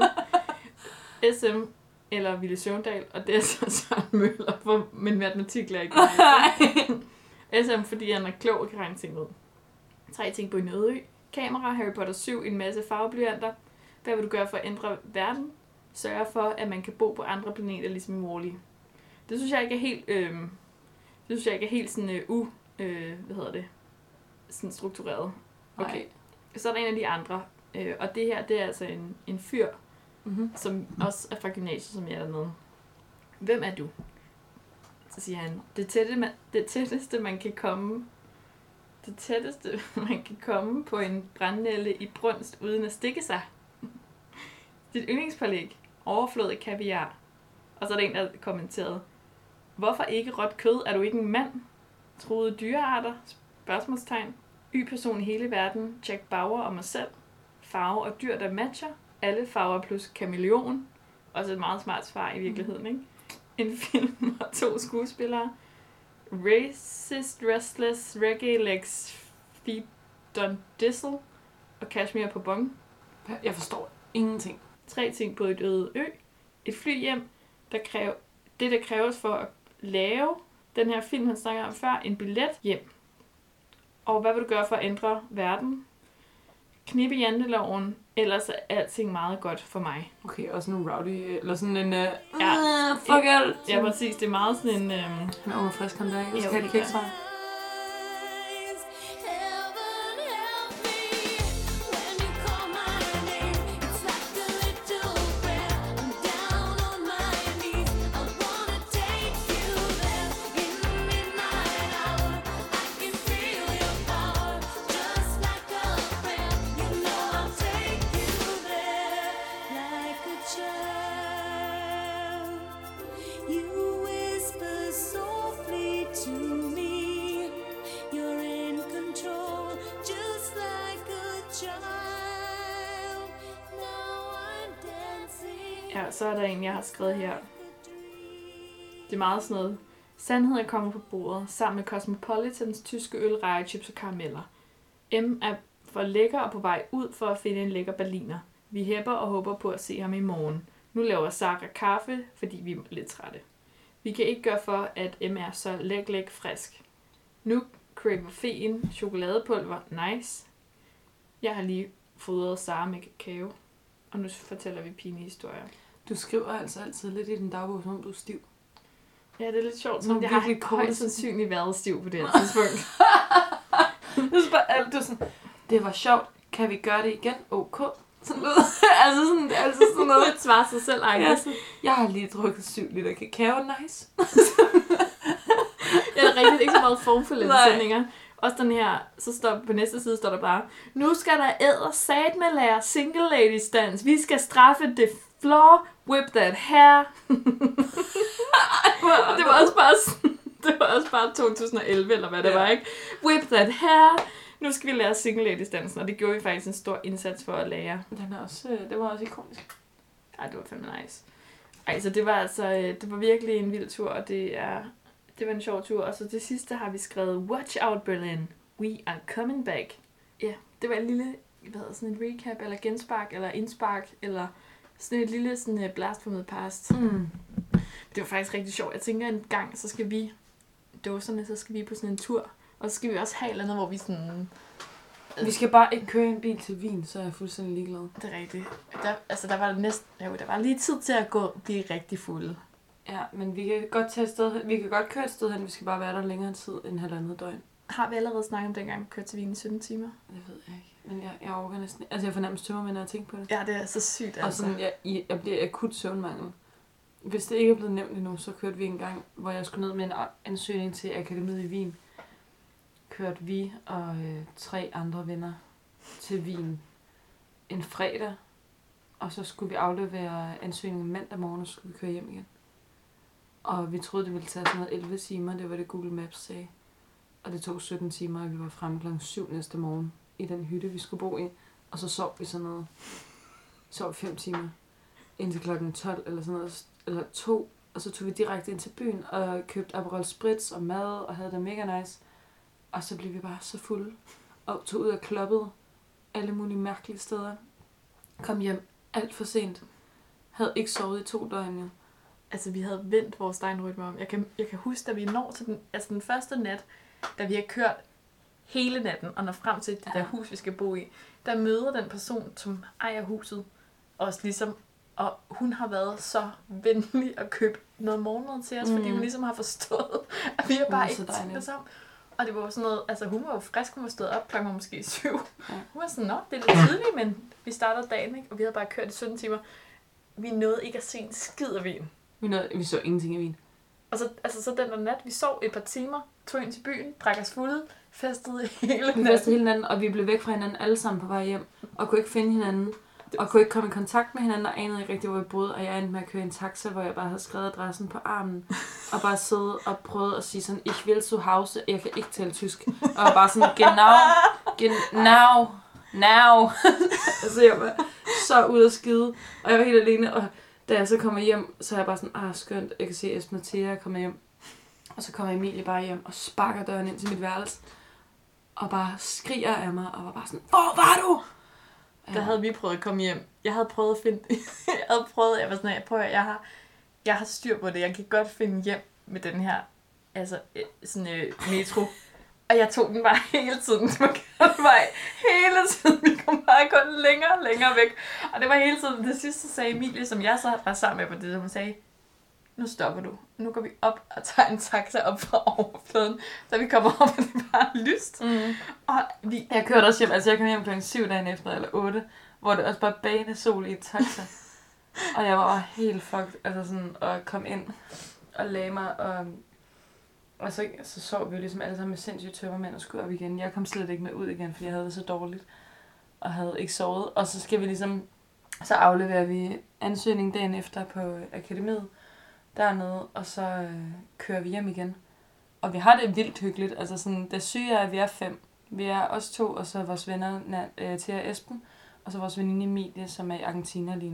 Speaker 1: S M eller Ville Søvndal, og det er så Søren Møller for min matematiklærer ikke. S M, fordi han er klog og kan regne ting ud. Tre ting på en øde ø. Kamera, Harry Potter syv, en masse farveblyanter. Hvad vil du gøre for at ændre verden? Sørge for, at man kan bo på andre planeter, ligesom i Wall-E. Det synes jeg ikke er helt, øh, det synes jeg ikke er helt sådan, øh, u, øh, hvad hedder det, sådan struktureret. Okay.
Speaker 2: Nej.
Speaker 1: Så er der en af de andre, øh, og det her, det er altså en, en fyr,
Speaker 2: Mm-hmm.
Speaker 1: som også er fra gymnasiet, som jeg er dernede. Hvem er du? Så siger han, det, tætte, man, det tætteste, man kan komme, det tætteste, man kan komme på en brandnælde i brunst, uden at stikke sig. Dit yndlingspålæg, overflod af kaviar. Og så er der en, der kommenterede, hvorfor ikke råt kød? Er du ikke en mand? Troede dyrearter? Spørgsmålstegn. Y-person i hele verden. Jack Bauer og mig selv. Farve og dyr, der matcher. Alle farver plus kameleon. Også et meget smart svar i virkeligheden, ikke? En film og to skuespillere. Racist, Restless, Reggae Legs, Feet Don Diesel og Kashmir på Bong.
Speaker 2: Jeg forstår ingenting.
Speaker 1: Tre ting på et øde ø. Et fly hjem, der kræver, det der kræves for at lave den her film, han snakker om før, en billet hjem. Og hvad vil du gøre for at ændre verden? Knippe janteloven, ellers er alting meget godt for mig.
Speaker 2: Okay, og sådan en rowdy, eller sådan en... Uh,
Speaker 1: Ja.
Speaker 2: uh, fuck alt.
Speaker 1: Ja, præcis. Det er meget sådan en... Øhm,
Speaker 2: Han er ung og frisk, han der, ikke?
Speaker 1: Jo,
Speaker 2: Så kan
Speaker 1: det
Speaker 2: det ikke
Speaker 1: gør.
Speaker 2: svare.
Speaker 3: Heaven help me when you call my name. It's like a little prayer. I'm
Speaker 1: her, så er der en, jeg har skrevet her. Det er meget sådan noget. Sandhed er kommet på bordet, sammen med Cosmopolitans tyske øl, rejechips og karameller. M er for lækker og på vej ud for at finde en lækker berliner. Vi hæpper og håber på at se ham i morgen. Nu laver Sara kaffe, fordi vi er lidt trætte. Vi kan ikke gøre for, at M er så læk, læk frisk. Nu craver Feen chokoladepulver. Nice. Jeg har lige fodret Sara med kakao. Og nu fortæller vi pinlige-historier.
Speaker 2: Du skriver altså altid lidt i din dagbog, som om du er stiv.
Speaker 1: Ja, det er lidt sjovt,
Speaker 2: Nogle
Speaker 1: som jeg har
Speaker 2: virkelig
Speaker 1: højst
Speaker 2: korte-
Speaker 1: sandsynligt været stiv på det her tidspunkt.
Speaker 2: Du er bare alt, du er sådan, det var sjovt, kan vi gøre det igen? Ok. Sådan noget. altså sådan, det er altid sådan noget.
Speaker 1: Lidt svare sig selv, ej.
Speaker 2: Ja, sådan, jeg har lige drukket syv liter kakao, nice.
Speaker 1: Jeg er rigtig ikke så meget formfulde
Speaker 2: Nej.
Speaker 1: sendinger. Også den her, så står på næste side står der bare, nu skal der æder sat med lære single ladies dance. Vi skal straffe det floor, whip that hair. det var også bare sådan, det var også bare to tusind og elleve, eller hvad det
Speaker 2: Ja.
Speaker 1: var, ikke? Whip that hair. Nu skal vi lære single ladies dansen, og det gjorde vi faktisk en stor indsats for at lære.
Speaker 2: Den er også, øh, det var også ikonisk.
Speaker 1: Ej, det var fandme nice. Ej, så det var altså, øh, det var virkelig en vild tur, og det er, det var en sjov tur. Og så det sidste har vi skrevet, Watch out Berlin, we are coming back. Ja, det var en lille, hvad hedder sådan et recap, eller genspark, eller indspark, eller sådan et lille sådan, uh, blast from the past.
Speaker 2: Mm.
Speaker 1: Det var faktisk rigtig sjovt. Jeg tænker en gang, så skal vi, dåserne, så skal vi på sådan en tur, og så skal vi også have et eller andet, hvor vi sådan...
Speaker 2: Vi skal bare ikke køre en bil til Wien, så er jeg fuldstændig ligeglad.
Speaker 1: Det er rigtigt. Der, altså, der var det næsten, jo, der var lige tid til at gå blive rigtig fulde.
Speaker 2: Ja, men vi kan godt tage et sted, vi kan godt køre et sted hen, vi skal bare være der længere tid end halvandet døgn.
Speaker 1: Har vi allerede snakket om dengang, vi kørte til Wien i sytten timer?
Speaker 2: Det ved jeg ikke, men jeg, jeg overgår næsten. Altså jeg får nærmest tømmermænd, når jeg tænker på det.
Speaker 1: Ja, det er så sygt, altså.
Speaker 2: Og sådan, jeg, jeg, jeg bliver akut søvnmangel. Hvis det ikke er blevet nævnt endnu, så kørte vi en gang, hvor jeg skulle ned med en ansøgning til Akademiet i Wien. Kørte vi og øh, tre andre venner til Wien en fredag, og så skulle vi aflevere ansøgningen mandag morgen, og så skulle vi køre hjem igen. Og vi troede, det ville tage sådan noget elleve timer, det var det Google Maps sagde. Og det tog sytten timer, og vi var fremme klokken syv næste morgen i den hytte, vi skulle bo i. Og så sov vi sådan noget, sov fem timer, indtil klokken tolv eller sådan noget, eller to. Og så tog vi direkte ind til byen og købte Aperol Spritz og mad, og havde det mega nice. Og så blev vi bare så fulde, og tog ud og kloppede alle mulige mærkelige steder. Kom hjem alt for sent. Havde ikke sovet i to døgn, jo.
Speaker 1: Altså, vi havde vendt vores døgnrytme om. Jeg kan, jeg kan huske, da vi når til den, altså den første nat, da vi har kørt hele natten, og når frem til det
Speaker 2: Ja.
Speaker 1: der hus, vi skal bo i, der møder den person, som ejer huset, os ligesom, og hun har været så venlig at købe noget morgenmad til os, mm. fordi hun ligesom har forstået, at vi har
Speaker 2: Hun
Speaker 1: bare
Speaker 2: er
Speaker 1: ikke
Speaker 2: så
Speaker 1: tænkt
Speaker 2: dejlig.
Speaker 1: os om. Og det var jo sådan noget, altså hun var jo frisk, hun var stået op klokken var måske syv.
Speaker 2: Ja.
Speaker 1: Hun var sådan, nå, det er lidt tidligt, men vi starter dagen, ikke? Og vi havde bare kørt i sytten timer. Vi nåede ikke at se en skid af Wien.
Speaker 2: Vi, nåede, vi så ingenting i Wien.
Speaker 1: Og så, altså, så den der nat, vi sov et par timer, tog ind til byen, drak os fulde, festede hele
Speaker 2: Vi
Speaker 1: natten.
Speaker 2: festede hele natten, og vi blev væk fra hinanden alle sammen på vej hjem, og kunne ikke finde hinanden. Og kunne ikke komme i kontakt med hinanden, og anede ikke rigtig, hvor vi boede. Og jeg endte med at køre i en taxa, hvor jeg bare havde skrevet adressen på armen. Og bare sidde og prøvede at sige sådan, ich will zu Hause, jeg kan ikke tale tysk. Og bare sådan, genau, genau, now. Altså jeg var så ude at skide, og jeg var helt alene. Og da jeg så kommer hjem, så er jeg bare sådan, ah skønt, jeg kan se Esben og Thea komme hjem. Og så kommer Emilie bare hjem og sparker døren ind til mit værelse. Og bare skriger af mig, og var bare sådan, hvor var du?
Speaker 1: Der havde vi prøvet at komme hjem. Jeg havde prøvet at finde... jeg havde prøvet... Jeg var sådan, jeg prøver, jeg har, jeg har styr på det. Jeg kan godt finde hjem med den her altså, øh, sådan, øh, metro. Og jeg tog den bare hele tiden. Den var vej hele tiden. Vi kom bare kun længere og længere væk. Og det var hele tiden. Det sidste sagde Emilie, som jeg så var sammen med på det, som hun sagde, nu stopper du. Nu går vi op og tager en taxa op fra overfladen. Så vi kommer op, og det er bare lyst.
Speaker 2: Mm.
Speaker 1: Og vi...
Speaker 2: Jeg kørte også hjem, altså jeg kom hjem klokken syv dagen efter, eller otte, hvor det også bare bane sol i et taxa. Og jeg var bare helt fucked, altså sådan, og kom ind og lagde mig, og, og så, så sov vi jo ligesom alle sammen med sindssygt tømmermænd og skulle op igen. Jeg kom slet ikke med ud igen, fordi jeg havde det så dårligt, og havde ikke sovet. Og så skal vi ligesom, så afleverer vi ansøgning dagen efter på akademiet dernede, og så øh, kører vi hjem igen. Og vi har det vildt hyggeligt, altså sådan, det syge er, at vi er fem. Vi er os to, og så vores venner, øh, Thea og Esben, og så vores veninde Emilie, som er i Argentina lige nu.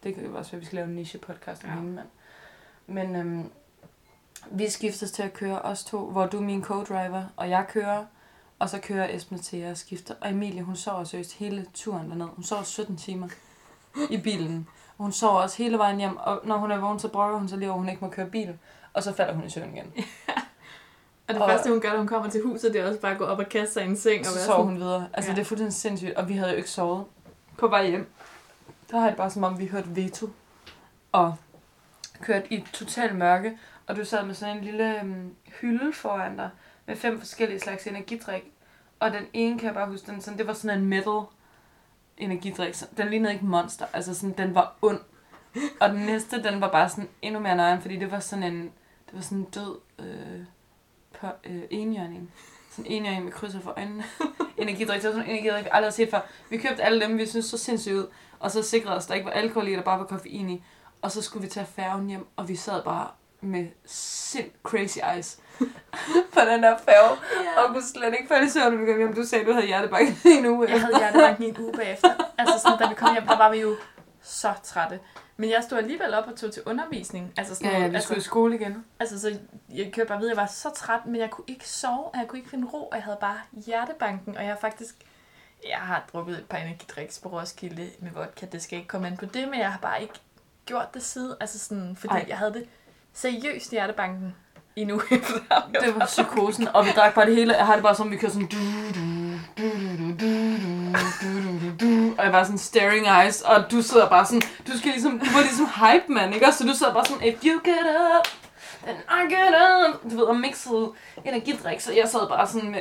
Speaker 2: Det kan jo også være, at vi skal lave en niche-podcast om
Speaker 1: Ja.
Speaker 2: hende, mand. Men øhm, vi skiftes til at køre os to, hvor du er min co-driver, og jeg kører, og så kører Esben til jeg skifter. Og Emilie, hun sover seriøst hele turen derned. Hun sover sytten timer i bilen. Og hun sover også hele vejen hjem, og når hun er vågen, så brokker hun sig lige over, at hun ikke må køre bil. Og så falder hun i søvn igen.
Speaker 1: Og det
Speaker 2: Og-
Speaker 1: første, hun gør, da hun kommer til huset, det er også bare at gå op og kaste sig i en seng. Og
Speaker 2: Så
Speaker 1: være
Speaker 2: sover
Speaker 1: sådan,
Speaker 2: hun videre. Altså,
Speaker 1: Ja.
Speaker 2: det er fuldstændig sindssygt, og vi havde jo ikke sovet på vej hjem. Der har det bare som om, vi hørte Veto og kørte i total mørke, og du sad med sådan en lille øhm, hylde foran dig med fem forskellige slags energidrik. Og den ene kan jeg bare huske, den, sådan, det var sådan en metal energidrik. Så den lignede ikke Monster, altså sådan, den var ond. Og den næste, den var bare sådan endnu mere nøjeren, fordi det var sådan en, det var sådan en død øh, på, øh, enhjørning. Sådan en enhjørning med krydser for øjnene. Energidrik, det var sådan en energidrik, vi aldrig har set før. Vi købte alle dem, vi synes så sindssygt ud, og så sikrede os, at der ikke var alkohol i, der bare var koffein i. Og så skulle vi tage færgen hjem, og vi sad bare med sind crazy eyes på den der færge,
Speaker 1: Ja.
Speaker 2: og kunne slet ikke falde i søvn, når vi kom hjem. Du sagde, du havde hjertebanken i en uge.
Speaker 1: Jeg havde hjertebanken i en uge bagefter. Altså sådan, da vi kom hjem, der var vi jo så trætte. Men jeg stod alligevel op og tog til undervisning. Altså sådan
Speaker 2: Ja, ja,
Speaker 1: noget,
Speaker 2: vi
Speaker 1: altså,
Speaker 2: skulle i skole igen.
Speaker 1: altså så jeg kørte bare videre, jeg var så træt, men jeg kunne ikke sove, og jeg kunne ikke finde ro, og jeg havde bare hjertebanken, og jeg har faktisk, jeg har drukket et par energidriks på Roskilde med vodka, det skal ikke komme ind på det, men jeg har bare ikke gjort det siden, altså sådan, fordi
Speaker 2: Ej.
Speaker 1: Ej. jeg havde det seriøst hjertebanken i nu efter.
Speaker 2: Det var psykosen, og vi drak bare det hele. Jeg har det bare som, vi kørte sådan du, du, du, du, du, du, du, du, du, og jeg var sådan staring eyes, og du sidder bare sådan, du skal ligesom, du var ligesom hype man, ikke også? Så du sidder bare sådan, if you get up, then I get up, du ved, og mixede energidrik, så jeg sad bare sådan med,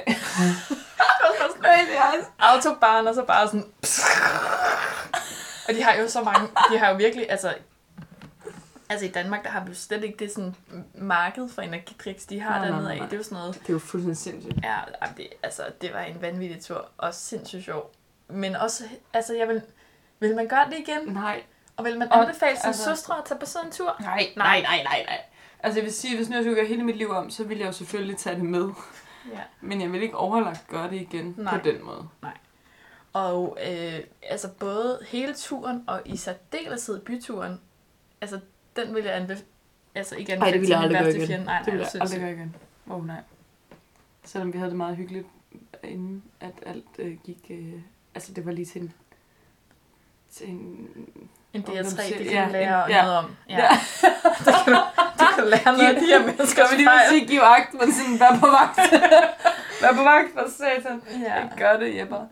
Speaker 1: Autobahn, og så bare sådan... Og de har jo så mange... De har jo virkelig... Altså, altså i Danmark, der har vi jo slet ikke det sådan marked for energidriks, de har
Speaker 2: Nej, nej,
Speaker 1: dernede
Speaker 2: nej,
Speaker 1: af.
Speaker 2: nej.
Speaker 1: Det er jo sådan noget...
Speaker 2: det var fuldstændig sindssygt.
Speaker 1: Ja, jamen, det, altså, det var en vanvittig tur. Også sindssygt sjov. Men også... Altså, jeg vil... Vil man gøre det igen?
Speaker 2: Nej,
Speaker 1: Og vil man
Speaker 2: Og-
Speaker 1: anbefale sine
Speaker 2: altså-
Speaker 1: søstre at tage på sådan en tur?
Speaker 2: nej, nej, nej, nej, nej. Altså jeg vil sige, hvis nu jeg skulle gøre hele mit liv om, så ville jeg jo selvfølgelig tage det med.
Speaker 1: Ja.
Speaker 2: Men jeg vil ikke overlagt gøre det igen
Speaker 1: Nej.
Speaker 2: på den måde.
Speaker 1: Og øh, altså både hele turen og i særdeleshed byturen, altså den vil jeg anbefale. Altså ikke anbefale
Speaker 2: Ej, det ville jeg
Speaker 1: til min
Speaker 2: aldrig gøre
Speaker 1: værste
Speaker 2: igen.
Speaker 1: fjende. Nej,
Speaker 2: Det
Speaker 1: nej,
Speaker 2: vil
Speaker 1: jeg
Speaker 2: jeg
Speaker 1: synes
Speaker 2: aldrig gøre igen. Åh oh, nej. Selvom vi havde det meget hyggeligt, inden at alt øh, gik... Øh, altså det var lige til en... Til en
Speaker 1: En D R tre,
Speaker 2: ungdomsserie.
Speaker 1: det kan
Speaker 2: Ja,
Speaker 1: du lære
Speaker 2: en- ja.
Speaker 1: noget om. Ja.
Speaker 2: Ja.
Speaker 1: det kan du, du kan lære noget af de her mennesker.
Speaker 2: Skal vi lige vil sige, giv agt, men sådan, vær på vagt. vær på vagt for satan.
Speaker 1: Ja.
Speaker 2: Ikke gør det, Jepper.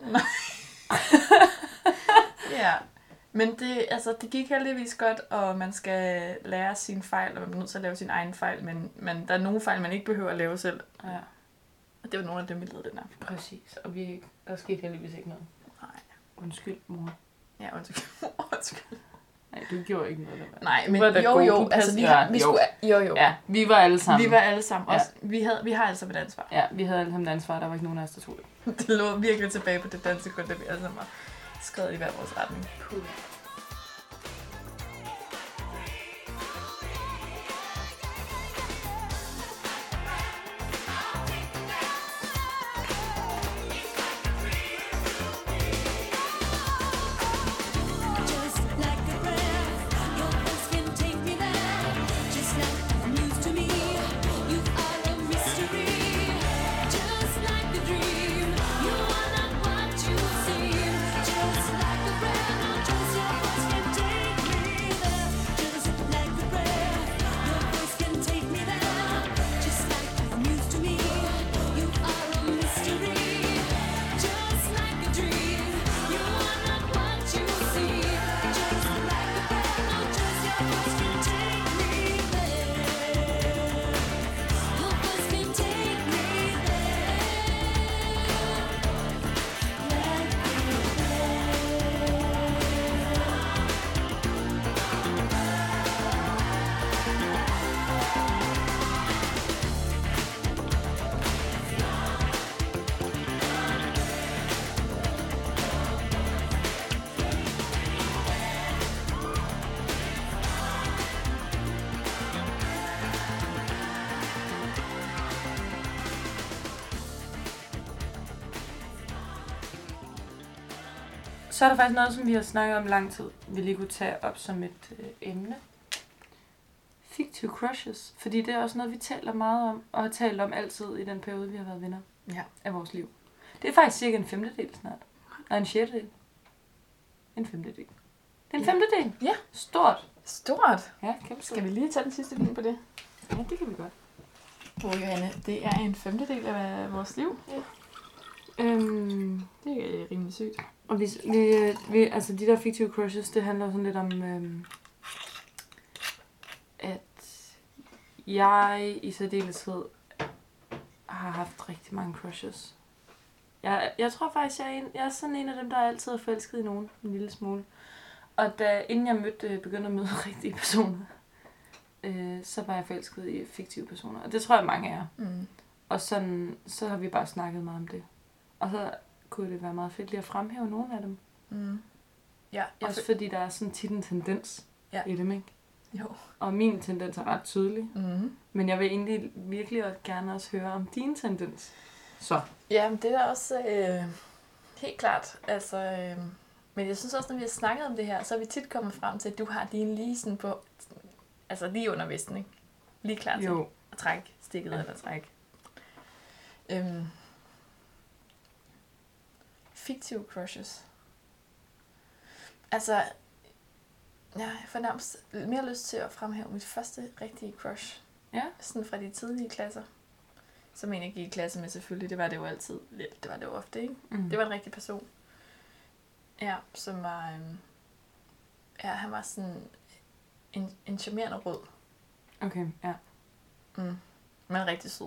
Speaker 1: ja. Men det, altså, det gik heldigvis godt, og man skal lære sine fejl, og man bliver nødt til at lave sin egen fejl, men, men der er nogle fejl, man ikke behøver at lave selv.
Speaker 2: Ja,
Speaker 1: Og det var nogle af dem, vi lavede den her.
Speaker 2: præcis. Og vi, der skete heldigvis ikke noget.
Speaker 1: Nej.
Speaker 2: Undskyld, mor.
Speaker 1: Ja, undskyld. undskyld.
Speaker 2: Nej, du gjorde ikke noget. Der var.
Speaker 1: Nej,
Speaker 2: Du
Speaker 1: men
Speaker 2: var da
Speaker 1: jo,
Speaker 2: god.
Speaker 1: jo,
Speaker 2: Du
Speaker 1: altså
Speaker 2: passede-
Speaker 1: vi, har,
Speaker 2: ja,
Speaker 1: vi
Speaker 2: jo.
Speaker 1: skulle, jo, jo.
Speaker 2: Ja, vi var alle sammen.
Speaker 1: Vi var alle sammen.
Speaker 2: Ja.
Speaker 1: Også, vi, havde, vi har alle sammen et ansvar.
Speaker 2: Ja, vi havde alle sammen et ansvar. Der var ikke nogen af os, der tog det.
Speaker 1: Det lå virkelig tilbage på det danske sekund, da vi alle sammen var skrevet i hver vores retning.
Speaker 3: Just like a breath, your voice can take me there. Just like news to me, you are a mystery. Just like a dream, you are not what you seem. Just like a breath, just your
Speaker 2: så er der faktisk noget, som vi har snakket om lang tid, vi lige kunne tage op som et øh, emne. Fiktive crushes. Fordi det er også noget, vi taler meget om, og har talt om altid i den periode, vi har været venner
Speaker 1: Ja.
Speaker 2: af vores liv. Det er faktisk cirka en femtedel snart. Og en sjettedel. En femtedel. Det er en
Speaker 1: Ja.
Speaker 2: femtedel.
Speaker 1: Ja.
Speaker 2: Stort.
Speaker 1: Stort.
Speaker 2: Ja, kæmpe
Speaker 1: Skal vi lige tage den sidste vin på det?
Speaker 2: Ja, det kan vi godt.
Speaker 1: Åh, Johanne, det er en femtedel af vores liv.
Speaker 2: Øhm,
Speaker 1: Det er rimelig sygt.
Speaker 2: og vi, vi, vi, altså de der fiktive crushes, det handler sådan lidt om, øhm, at jeg i særdeleshed har haft rigtig mange crushes. Jeg, jeg tror faktisk, jeg er, en, jeg er sådan en af dem, der altid har forelsket i nogen en lille smule. Og da, inden jeg mødte, begyndte at møde rigtige personer, øh, så var jeg forelsket i fiktive personer. Og det tror jeg, mange er.
Speaker 1: Mm.
Speaker 2: Og sådan, så har vi bare snakket meget om det. Og så kunne det være meget fedt lige at fremhæve nogle af dem.
Speaker 1: Mm. Ja, jeg
Speaker 2: Også fordi der er sådan tit en tendens
Speaker 1: Ja.
Speaker 2: i dem, ikke?
Speaker 1: Jo.
Speaker 2: Og min tendens er ret tydelig.
Speaker 1: Mm.
Speaker 2: Men jeg vil egentlig virkelig også gerne også høre om din tendens. Så.
Speaker 1: Ja, men det er da også øh, helt klart. Altså, øh, men jeg synes også, når vi har snakket om det her, så er vi tit kommet frem til, at du har din lige sådan på, altså lige under vesten, ikke? Lige klar til
Speaker 2: Jo.
Speaker 1: at trække stikket ja. eller trække. Øhm, fiktive crushes. Altså, jeg får nærmest mere lyst til at fremhæve mit første rigtige crush.
Speaker 2: Ja.
Speaker 1: Sådan fra de tidlige klasser. Som en, jeg gik i klasse med selvfølgelig. Det var det jo altid. Det var det jo ofte, ikke?
Speaker 2: Mm.
Speaker 1: Det var en rigtig person. Ja, som var... Øhm, ja, han var sådan en, en charmerende rød.
Speaker 2: Okay, ja.
Speaker 1: Mm. Men rigtig sød.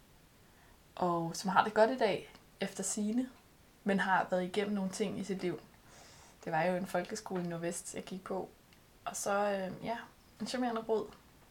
Speaker 1: Og som har det godt i dag, efter sigende, men har været igennem nogle ting i sit liv. Det var jo en folkeskole i Nordvest, jeg gik på. Og så, øh, ja, en charmerende rød.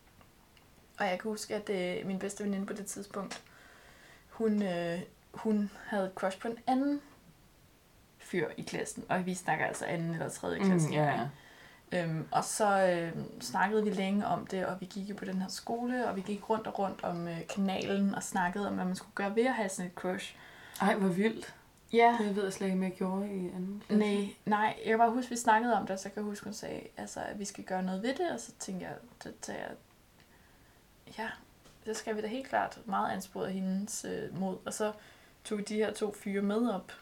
Speaker 1: Og jeg kan huske, at øh, min bedste veninde på det tidspunkt, hun, øh, hun havde et crush på en anden fyr i klassen. Og vi snakker altså anden eller tredje klasse.
Speaker 2: Mm, ja, ja.
Speaker 1: Øhm, og så øh, snakkede vi længe om det, og vi gik jo på den her skole, og vi gik rundt og rundt om øh, kanalen og snakkede om, hvad man skulle gøre ved at have sådan et crush.
Speaker 2: Ej, hvor vildt.
Speaker 1: Ja.
Speaker 2: Det ved jeg slet ikke, om jeg gjorde i anden klasse.
Speaker 1: Nej, nej, jeg kan bare huske, vi snakkede om det, og så kan jeg huske, hun sagde, altså, at vi skal gøre noget ved det, og så tænkte jeg, det tager jeg, ja, det skal vi da helt klart meget ansporet af hendes øh, mod. Og så tog vi de her to fyre med op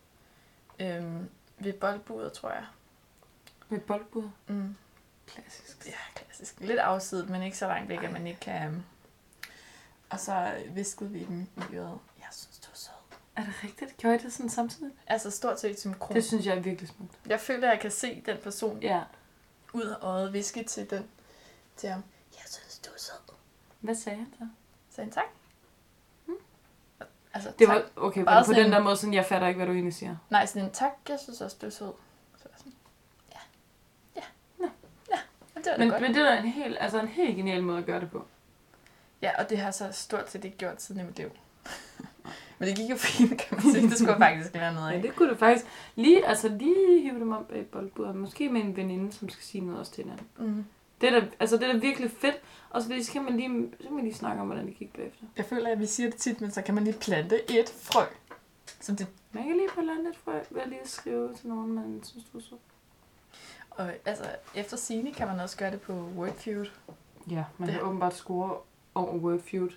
Speaker 1: øhm, ved boldbudet, tror jeg.
Speaker 2: Med boldbud.
Speaker 1: Mm.
Speaker 2: Klassisk.
Speaker 1: Ja, klassisk. Lidt afsidet, men ikke så langt væk, at man ikke kan... Um... Og så viskede vi dem i øret. Jeg synes, du er sød.
Speaker 2: Er det rigtigt? Gjorde I det sådan samtidig?
Speaker 1: Altså stort set som kron.
Speaker 2: Det synes jeg er virkelig smukt.
Speaker 1: Jeg føler, at jeg kan se den person
Speaker 2: Ja.
Speaker 1: ud af øjet viske til, den, til ham. Jeg synes, du er sød.
Speaker 2: Hvad sagde han så?
Speaker 1: Så han tak.
Speaker 2: Hmm.
Speaker 1: Altså,
Speaker 2: Det
Speaker 1: tak.
Speaker 2: var, okay,
Speaker 1: Bare
Speaker 2: men på
Speaker 1: sådan-
Speaker 2: den der måde, sådan, jeg fatter ikke, hvad du egentlig siger.
Speaker 1: Nej, sådan en tak. Jeg synes også, du er sød. Så var jeg sådan, ja. Ja.
Speaker 2: Nå.
Speaker 1: Ja. Men det var da
Speaker 2: Men,
Speaker 1: godt.
Speaker 2: men det er da en helt, altså en helt genial måde at gøre det på.
Speaker 1: Ja, og det har så stort set ikke gjort siden i mit liv. Men det gik jo fint, kan man sige. Det skulle jeg faktisk lære noget
Speaker 2: Ja,
Speaker 1: af.
Speaker 2: det kunne du faktisk lige, altså lige hive dem op bag boldbudet. Måske med en veninde, som skal sige noget også til hinanden.
Speaker 1: Mm.
Speaker 2: Det er da, altså det er da virkelig fedt. Og så kan man lige, så kan man lige snakke om, hvordan det gik bagefter.
Speaker 1: Jeg føler, at vi siger det tit, men så kan man lige plante et frø. Som det,
Speaker 2: Man kan lige på landet et frø ved at lige skrive til nogen, man synes, du er sød.
Speaker 1: og altså, efter sigende kan man også gøre det på Wordfeud.
Speaker 2: Ja, man
Speaker 1: Det-
Speaker 2: kan åbenbart score over Wordfeud.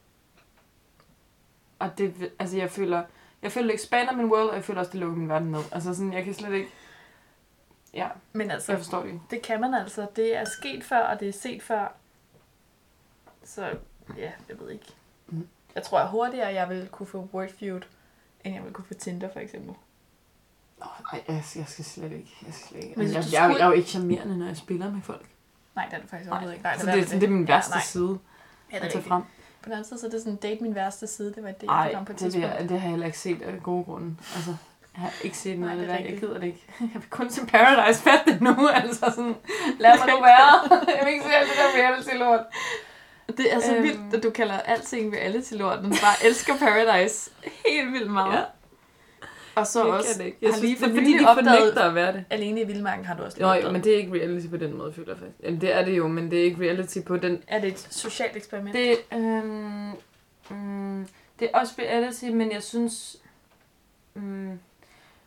Speaker 2: Og det, altså jeg føler, jeg føler det expander min world, og jeg føler også, det lukker min verden ned. Altså sådan, jeg kan slet ikke, ja,
Speaker 1: Men altså,
Speaker 2: jeg forstår det ikke.
Speaker 1: det kan man altså. Det er sket før, og det er set før. Så ja, jeg ved ikke.
Speaker 2: Mm.
Speaker 1: Jeg tror, at hurtigere jeg vil kunne få Wordfeud, end jeg vil kunne få Tinder, for eksempel.
Speaker 2: Nå, ej, jeg, jeg skal slet ikke. Jeg, skal slet ikke.
Speaker 1: Hvis
Speaker 2: Altså, jeg,
Speaker 1: du
Speaker 2: jeg, jeg, er jo-
Speaker 1: skulle-
Speaker 2: jeg er jo ikke charmerende, når jeg spiller med folk.
Speaker 1: Nej, det er det faktisk
Speaker 2: Nej,
Speaker 1: overhovedet ikke. Nej,
Speaker 2: så det, det, det er min værste
Speaker 1: ja, nej.
Speaker 2: side
Speaker 1: Ja, det
Speaker 2: at
Speaker 1: er
Speaker 2: tage
Speaker 1: rigtigt.
Speaker 2: frem.
Speaker 1: På den anden side, så er det sådan, date min værste side. Det var det, jeg
Speaker 2: Nej,
Speaker 1: kom på et
Speaker 2: det, vil
Speaker 1: tidspunkt.
Speaker 2: jeg, det har jeg heller ikke set af gode grunde. Altså, jeg har ikke set noget af
Speaker 1: Nej,
Speaker 2: det
Speaker 1: det er
Speaker 2: der. Jeg
Speaker 1: rigtigt.
Speaker 2: gider det ikke. Jeg vil kun se Paradise. Fat det nu, altså sådan. Lad mig nu være. Jeg vil ikke se alt det der reality-lort.
Speaker 1: Det er så
Speaker 2: Øhm.
Speaker 1: vildt, at du kalder alting ved alle til lort, men bare elsker Paradise helt vildt meget.
Speaker 2: Ja.
Speaker 1: Og så
Speaker 2: Jeg
Speaker 1: også
Speaker 2: kan det ikke. Jeg
Speaker 1: har
Speaker 2: synes,
Speaker 1: lige
Speaker 2: det er
Speaker 1: for
Speaker 2: fordi,
Speaker 1: nylig
Speaker 2: de
Speaker 1: opdaget,
Speaker 2: fornægter at være det.
Speaker 1: Alene i Vildmarken har du også
Speaker 2: Jo,
Speaker 1: lige
Speaker 2: jo, men det er ikke reality på den måde, føler jeg faktisk. Jamen, det er det jo, men det er ikke reality på den.
Speaker 1: Er det et socialt eksperiment?
Speaker 2: Det, øhm, mm, det er også reality, men jeg synes... Mm,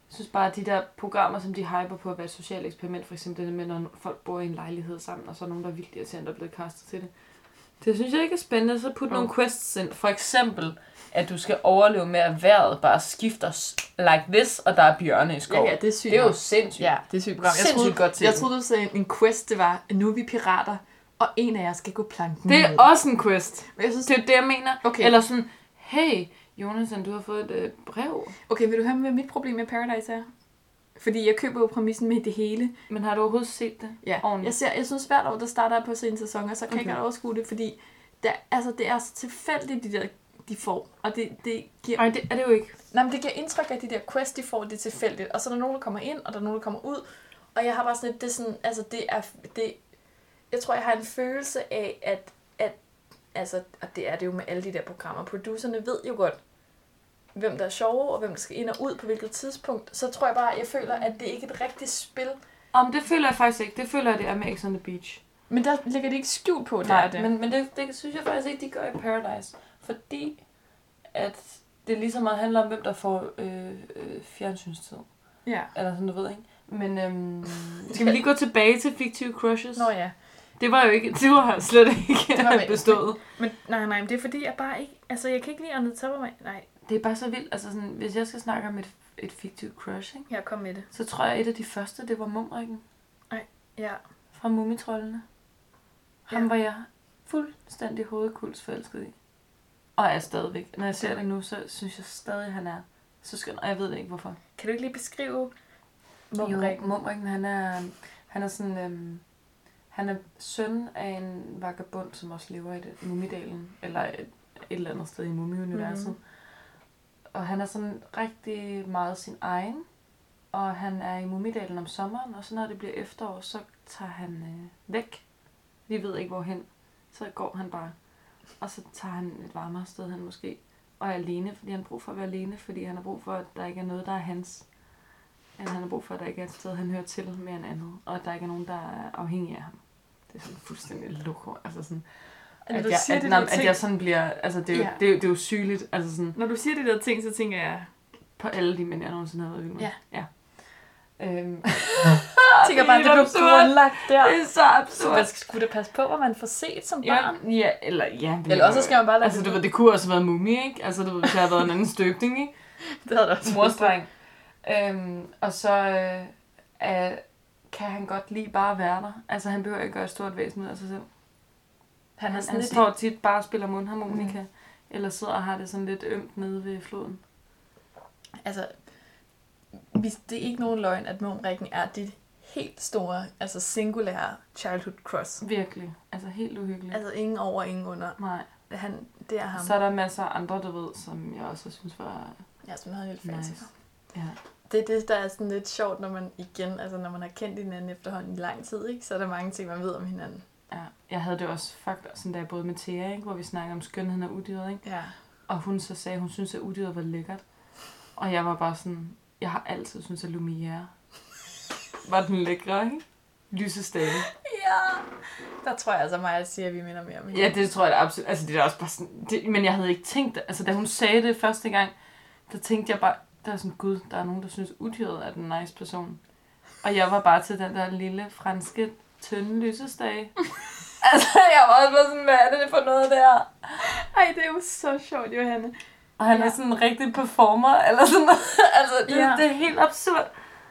Speaker 2: Jeg synes bare, at de der programmer, som de hyper på at være et socialt eksperiment, for eksempel det med, når folk bor i en lejlighed sammen, og så er nogen, der er vildt irriterende, der er blevet kastet til det. Det synes jeg ikke er spændende. Så put oh. nogle quests ind. For eksempel, at du skal overleve med, at vejret bare skifter like this, og der er bjørne i skoven.
Speaker 1: Ja, ja, det er sygt.
Speaker 2: Det er jo sindssygt.
Speaker 1: Ja, det er sygt program.
Speaker 2: Sindssygt
Speaker 1: jeg troede,
Speaker 2: godt til.
Speaker 1: Jeg troede, du sagde, en quest, det var, nu er vi pirater, og en af jer skal gå planken.
Speaker 2: Det er også en quest.
Speaker 1: Men jeg synes,
Speaker 2: det er det, jeg mener.
Speaker 1: Okay.
Speaker 2: Eller sådan, hey, Jonathan, du har fået et øh, brev.
Speaker 1: Okay, vil du høre, hvad mit problem med Paradise er? Fordi jeg køber jo præmissen med det hele.
Speaker 2: Men har du overhovedet set det?
Speaker 1: Ja,
Speaker 2: ordentligt?
Speaker 1: jeg, ser, jeg synes hvert år, der starter på sin sæson, og så kan okay. jeg ikke overskue det, fordi der, altså, det er så tilfældigt, de der de får. Og det, det giver...
Speaker 2: Nej, det er det jo ikke.
Speaker 1: Nej, men det giver indtryk af, at de der quests, de får, det er tilfældigt. Og så er der nogen, der kommer ind, og der er nogen, der kommer ud. Og jeg har bare sådan lidt, det er sådan, altså det er, det, jeg tror, jeg har en følelse af, at, at altså, og det er det jo med alle de der programmer. Producerne ved jo godt, hvem der er sjove, og hvem der skal ind og ud på hvilket tidspunkt. Så tror jeg bare, jeg føler, at det ikke er et rigtigt spil.
Speaker 2: Om det føler jeg faktisk ikke. Det føler jeg, det er med X on the Beach.
Speaker 1: Men der ligger det ikke skjult på, det
Speaker 2: Nej,
Speaker 1: er det.
Speaker 2: men, men det, det synes jeg faktisk ikke, de gør i Paradise. Fordi at det lige så meget handler om, hvem der får øh, øh, fjernsynstid.
Speaker 1: Ja.
Speaker 2: Eller sådan, du ved, ikke? Men øhm, skal vi lige gå tilbage til fiktive crushes?
Speaker 1: Nå ja.
Speaker 2: Det var jo ikke, det var slet ikke
Speaker 1: det var med,
Speaker 2: bestået.
Speaker 1: Men, men nej, nej, men det er fordi, jeg bare ikke, altså jeg kan ikke lide on the top of my, nej.
Speaker 2: Det er bare så vildt, altså sådan, hvis jeg skal snakke om et, et fiktivt crush, ikke?
Speaker 1: Ja, kom med det.
Speaker 2: Så tror jeg, et af de første, det var Mumrikken.
Speaker 1: Nej, ja.
Speaker 2: Fra Mumitrollene. Ham
Speaker 1: Ja.
Speaker 2: var jeg fuldstændig hovedkulsforelsket i. Og er stadigvæk. Når jeg ser det nu, så synes jeg stadig, han er så skøn. Og jeg ved det ikke, hvorfor.
Speaker 1: Kan du ikke lige beskrive
Speaker 2: Mumrikken? Jo, Mumrikken, han er, han er sådan, øhm, han er søn af en vagabond, som også lever i det, Mumidalen, eller et, et eller andet sted i Mumi-universet. Mm-hmm. Og han er sådan rigtig meget sin egen, og han er i Mumidalen om sommeren, og så når det bliver efterår, så tager han øh, væk. Vi ved ikke hvorhen. Så går han bare, og så tager han et varmere sted hen måske, og er alene, fordi han har brug for at være alene, fordi han har brug for, at der ikke er noget, der er hans. Eller han har brug for, at der ikke er et sted, han hører til mere end andet, og at der ikke er nogen, der er afhængig af ham. Det er sådan fuldstændig loko, altså sådan, at,
Speaker 1: du
Speaker 2: jeg,
Speaker 1: siger
Speaker 2: at,
Speaker 1: det
Speaker 2: når,
Speaker 1: der
Speaker 2: at
Speaker 1: ting-
Speaker 2: jeg sådan bliver, altså det er, jo,
Speaker 1: Ja.
Speaker 2: det, er jo, det er jo sygeligt, altså sådan,
Speaker 1: Når du siger det der ting, så tænker jeg...
Speaker 2: på alle de mænd, jeg nogensinde har været vild med.
Speaker 1: Ja.
Speaker 2: ja. Øhm.
Speaker 1: Jeg tænker bare, at det blev grundlagt der.
Speaker 2: Det er så
Speaker 1: Så
Speaker 2: absurd.
Speaker 1: man skulle da passe på, hvad man får set som barn.
Speaker 2: Ja, ja, eller ja.
Speaker 1: Eller også skal man bare lade
Speaker 2: Altså,
Speaker 1: det
Speaker 2: du
Speaker 1: gå.
Speaker 2: ved, det kunne også have været Mumie, ikke? Altså, du ved, hvis jeg havde været en anden støbning, ikke?
Speaker 1: Det havde der også.
Speaker 2: Morstreng. Øhm, og så øh, øh, kan han godt lide bare at være der. Altså, han behøver ikke gøre et stort væsen ud af sig selv.
Speaker 1: Han,
Speaker 2: Han,
Speaker 1: er sådan
Speaker 2: han
Speaker 1: lidt...
Speaker 2: står tit bare og spiller mundharmonika. Mm. Eller sidder og har det sådan lidt ømt nede ved floden.
Speaker 1: Altså, hvis det er ikke nogen løgn, at Mumrikken er dit helt store, altså singulære childhood crush.
Speaker 2: Virkelig. Altså, helt uhyggeligt.
Speaker 1: Altså ingen over, ingen under.
Speaker 2: Nej.
Speaker 1: Han, det er ham.
Speaker 2: Så er der masser af andre, du ved, som jeg også synes var
Speaker 1: Ja, som jeg havde en lille fancy.
Speaker 2: nice. Ja.
Speaker 1: Det er det, der er sådan lidt sjovt, når man igen, altså når man har kendt hinanden efterhånden i lang tid, ikke? Så er der mange ting, man ved om hinanden.
Speaker 2: Ja, jeg havde det også faktisk sådan, da jeg boede med Thea, ikke? Hvor vi snakkede om skønheden af udyret, ikke?
Speaker 1: Ja.
Speaker 2: Og hun så sagde, at hun synes, at udyret var lækkert. Og jeg var bare sådan, jeg har altid syntes, at Lumière var den lækre, ikke? Lysestage.
Speaker 1: Ja. Der tror jeg altså mig, at siger, at vi minder mere om
Speaker 2: Ja, det tror jeg da absolut. Altså, det er også bare sådan, det, men jeg havde ikke tænkt det. Altså, da hun sagde det første gang, der tænkte jeg bare, der er sådan, gud, der er nogen, der synes, udyret er den nice person. Og jeg var bare til den der lille, franske, tynde lysestage. Altså, jeg var også bare sådan, hvad er det for noget der?
Speaker 1: Ej, det er jo så sjovt, Johanne.
Speaker 2: Og han ja. er sådan en rigtig performer, eller sådan noget. Altså, det,
Speaker 1: Ja.
Speaker 2: det er helt absurd.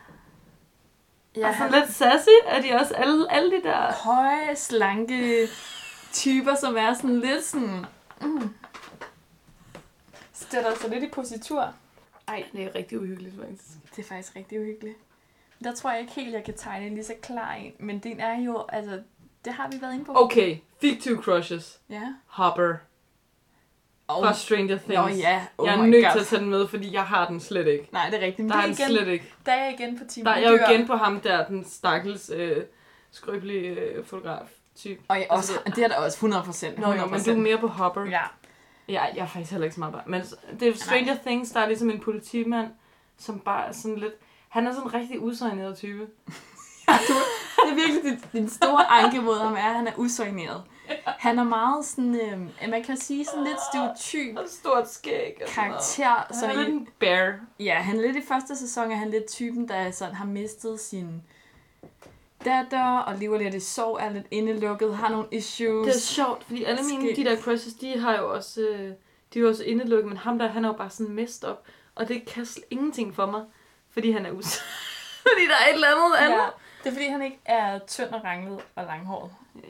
Speaker 1: Ja,
Speaker 2: Og sådan
Speaker 1: han...
Speaker 2: lidt sassy er de også, alle, alle de der...
Speaker 1: høje, slanke typer, som er sådan lidt sådan... Mm. Stiller sig lidt i positur.
Speaker 2: Ej, det er rigtig uhyggeligt, faktisk.
Speaker 1: Det er faktisk rigtig uhyggeligt. Der tror jeg ikke helt, jeg kan tegne en lige så klar en. Men den er jo, altså... Det har vi været inde på.
Speaker 2: Okay, fiktive crushes.
Speaker 1: Ja.
Speaker 2: Hopper.
Speaker 1: Oh.
Speaker 2: Fra Stranger Things.
Speaker 1: Nå ja, oh
Speaker 2: jeg er
Speaker 1: my
Speaker 2: nødt
Speaker 1: God.
Speaker 2: til at tage den med, fordi jeg har den slet ikke.
Speaker 1: Nej, det er rigtigt. Men
Speaker 2: Der er
Speaker 1: det
Speaker 2: den
Speaker 1: er igen,
Speaker 2: slet ikke.
Speaker 1: der er jeg igen på Team
Speaker 2: Der er jeg jo
Speaker 1: Udyr.
Speaker 2: igen på ham der, den stakkels øh, skrøbelige øh, fotograf-type.
Speaker 1: Og jeg også, det er der også hundrede procent.
Speaker 2: Nå, jo, men du er mere på Hopper.
Speaker 1: Ja.
Speaker 2: Ja, jeg er faktisk heller ikke så meget bare. Men det er Stranger Nej. Things, der er ligesom en politimand, som bare er sådan lidt... Han er sådan en rigtig usøjneret type.
Speaker 1: Det er virkelig din, din store anke mod ham, er, at han er usøjneret. Han er meget sådan, øh, man kan sige sådan lidt stereotyp
Speaker 2: Og stort skæg. Og sådan noget.
Speaker 1: karakter. Så
Speaker 2: Han er
Speaker 1: i,
Speaker 2: lidt en bear.
Speaker 1: ja, han er lidt i første sæson, er han lidt typen, der sådan har mistet sin datter, og lever lidt i sorg, er lidt indelukket, har nogle issues.
Speaker 2: Det er sjovt, fordi alle mine,
Speaker 1: Skægt.
Speaker 2: de der crushes, de har jo også, øh, de er jo også indelukket, men ham der, han er jo bare sådan messed op, og det kan sl- ingenting for mig, fordi han er us. Fordi der er et eller andet andet.
Speaker 1: Ja, det er fordi, han ikke er tynd og ranglet og langhåret.
Speaker 2: Yes.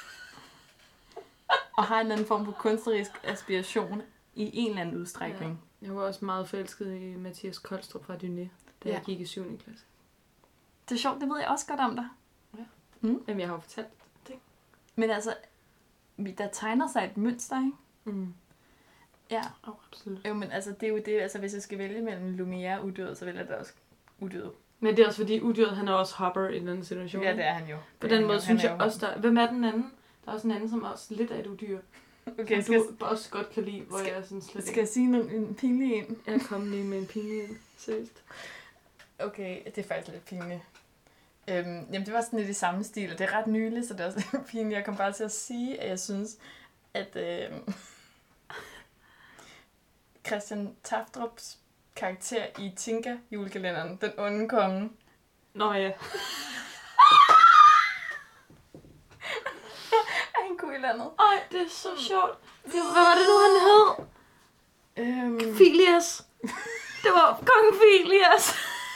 Speaker 1: Og har en eller anden form for kunstnerisk aspiration i en eller anden udstrækning.
Speaker 2: Ja. Jeg var også meget forelsket i Mathias Koldstrup fra Dyné, da
Speaker 1: Ja.
Speaker 2: jeg gik i syvende klasse.
Speaker 1: Det er sjovt, det ved jeg også godt om dig.
Speaker 2: Jamen, jeg har jo fortalt det.
Speaker 1: Men altså, vi- der tegner sig et mønster, ikke?
Speaker 2: Mm.
Speaker 1: Ja.
Speaker 2: Oh, absolut.
Speaker 1: Jo, men altså, det er jo det, altså hvis jeg skal vælge mellem Lumière og Udyret, så vælger jeg da også Udyret.
Speaker 2: Men det er også fordi, Udyret, han er også hopper i den situation.
Speaker 1: Ja, det er han jo.
Speaker 2: På
Speaker 1: Det er
Speaker 2: den
Speaker 1: han
Speaker 2: måde
Speaker 1: jo.
Speaker 2: synes
Speaker 1: Han
Speaker 2: jeg
Speaker 1: er jo-
Speaker 2: også, der... Hvem er den anden? Der er også en anden, som også lidt er et udyr.
Speaker 1: Okay,
Speaker 2: som
Speaker 1: skal,
Speaker 2: du også godt kan lide, hvor
Speaker 1: skal-
Speaker 2: jeg er sådan slet
Speaker 1: skal
Speaker 2: ikke...
Speaker 1: jeg sige en, en pinlig en?
Speaker 2: Jeg kom lige med en pinlig ind. Seriøst.
Speaker 1: Okay, det er faktisk lidt pinligt. Øhm, jamen, det var sådan lidt i samme stil, og det er ret nyligt, så det er også lidt pinligt. Jeg kom bare til at sige, at jeg synes, at øhm, Christian Taftrups karakter i Tinka julekalenderen, den onde konge,
Speaker 2: Nå ja.
Speaker 1: er han kunne i landet.
Speaker 2: Ej, det er så sjovt. Det, hvad var det nu, han hed?
Speaker 1: Øhm,
Speaker 2: Filias. Det var kongen Filias.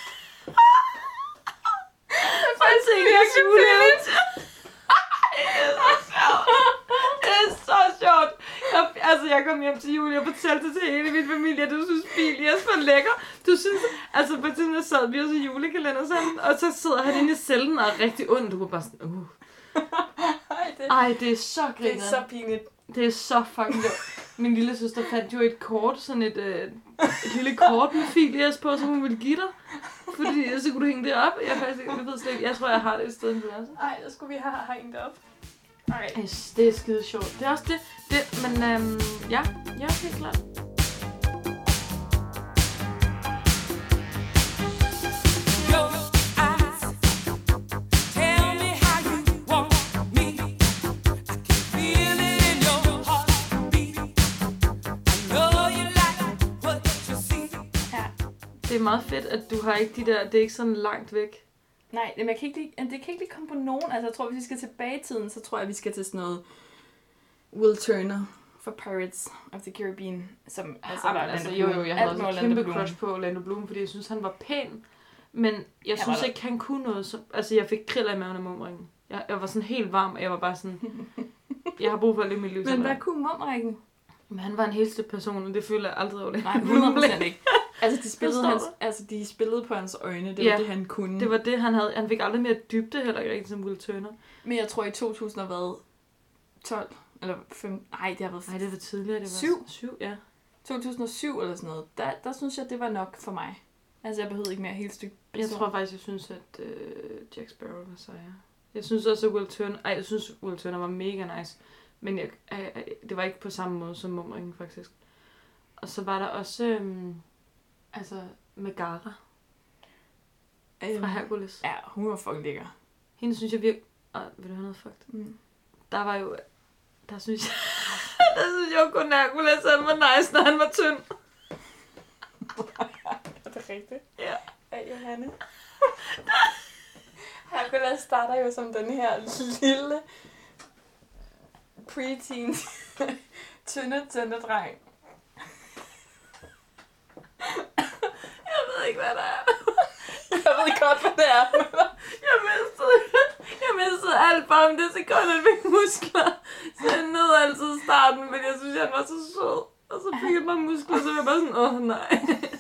Speaker 2: Faktisk ikke jeg juleeventyr. Det er så sjovt. Det er så sjovt. Jeg, altså, jeg kom hjem til jul, og fortalte til hele min familie, at du synes Filias var lækker. Du synes, altså på tiden, der sad vi også i julekalender sammen, og så sidder han inde i cellen og er rigtig ond. Du var bare sådan, uh.
Speaker 1: Ej, det,
Speaker 2: Ej, det er så
Speaker 1: det er
Speaker 2: griner.
Speaker 1: så pinligt.
Speaker 2: Det er så fucking sjovt. Min lille søster fandt jo et kort, sådan et, øh, et lille kort med Filias på, som hun ville give dig. Fordi så kunne du hænge det op. Jeg, faktisk, ikke- jeg ved slet ikke, jeg tror, jeg har det et sted.
Speaker 1: Ej, så skulle vi have hængt op. Ej.
Speaker 2: Ej, det er skide sjovt. Det er også det. det men øhm, ja, ja, helt klart.
Speaker 4: Your eyes tell me how you want me. I can feel it in your heartbeat. I know you like what you see.
Speaker 1: Ja.
Speaker 2: Det er meget fedt, at du har ikke de der, det er ikke sådan langt væk.
Speaker 1: Nej, men jeg kan ikke lige, det kan ikke lige komme på nogen. Altså, jeg tror, hvis vi skal tilbage i tiden, så tror jeg, vi skal til sådan noget Will Turner for Pirates of the Caribbean, som altså,
Speaker 2: Jamen,
Speaker 1: var
Speaker 2: altså,
Speaker 1: Orlando
Speaker 2: jo,
Speaker 1: Bloom.
Speaker 2: jo, jeg
Speaker 1: Alt
Speaker 2: havde
Speaker 1: med
Speaker 2: også en
Speaker 1: Orlando
Speaker 2: kæmpe
Speaker 1: Bloom.
Speaker 2: crush på Orlando Bloom, fordi jeg synes, han var pæn. Men jeg synes
Speaker 1: var
Speaker 2: ikke, han kunne noget. Så, altså, jeg fik kriller i maven af mumringen. Jeg, jeg var sådan helt varm, og jeg var bare sådan... Jeg har brug for at leve mit liv.
Speaker 1: Men
Speaker 2: sådan
Speaker 1: hvad
Speaker 2: der.
Speaker 1: kunne Mumringen?
Speaker 2: Men han var en helt sted person, og det føler jeg aldrig over det.
Speaker 1: Nej, hundrede procent ikke. Altså, de spillede,
Speaker 2: Forstår
Speaker 1: hans,
Speaker 2: du?
Speaker 1: altså, de spillede på hans øjne. Det
Speaker 2: Ja,
Speaker 1: var det, han kunne.
Speaker 2: Det var det, han havde. Han fik aldrig mere dybde, heller ikke rigtig som Will Turner.
Speaker 1: Men jeg tror, i to tusind har været tolv eller fem. Nej, det har været
Speaker 2: Nej, det var tidligere. Det var
Speaker 1: Syv?
Speaker 2: Syv, ja.
Speaker 1: to tusind og syv eller sådan noget. Der, der synes jeg, det var nok for mig. Altså, jeg behøvede ikke mere helt stykke.
Speaker 2: Jeg tror faktisk, jeg synes, at øh, Jack Sparrow var sejere. Jeg synes også, at Will Turner... Ej, jeg synes, Will Turner var mega nice. Men jeg, jeg, jeg, det var ikke på samme måde som Mumringen, faktisk. Og så var der også... Øhm, altså, Megara fra
Speaker 1: Øhm,
Speaker 2: Hercules.
Speaker 1: Ja, hun var fucking lækker.
Speaker 2: Hende synes jeg virkelig... Åh, vil du have noget fucked?
Speaker 1: Mm.
Speaker 2: Der var jo... Der synes jeg... der synes jeg jo kun Hercules, han var nice, når han var tynd.
Speaker 1: Er det rigtigt?
Speaker 2: Ja.
Speaker 1: Af Johanne. Hercules starter jo som den her lille preteen tynde, tynde dreng.
Speaker 2: Jeg ved ikke, hvad der er.
Speaker 1: Jeg ved godt, hvad det er.
Speaker 2: Jeg mistede, jeg mistede alt bare om det sekund, han fik muskler. Så jeg nåede altid starten, men jeg synes, han var så sød. Og så fik han bare muskler, så var jeg bare sådan, åh oh, nej.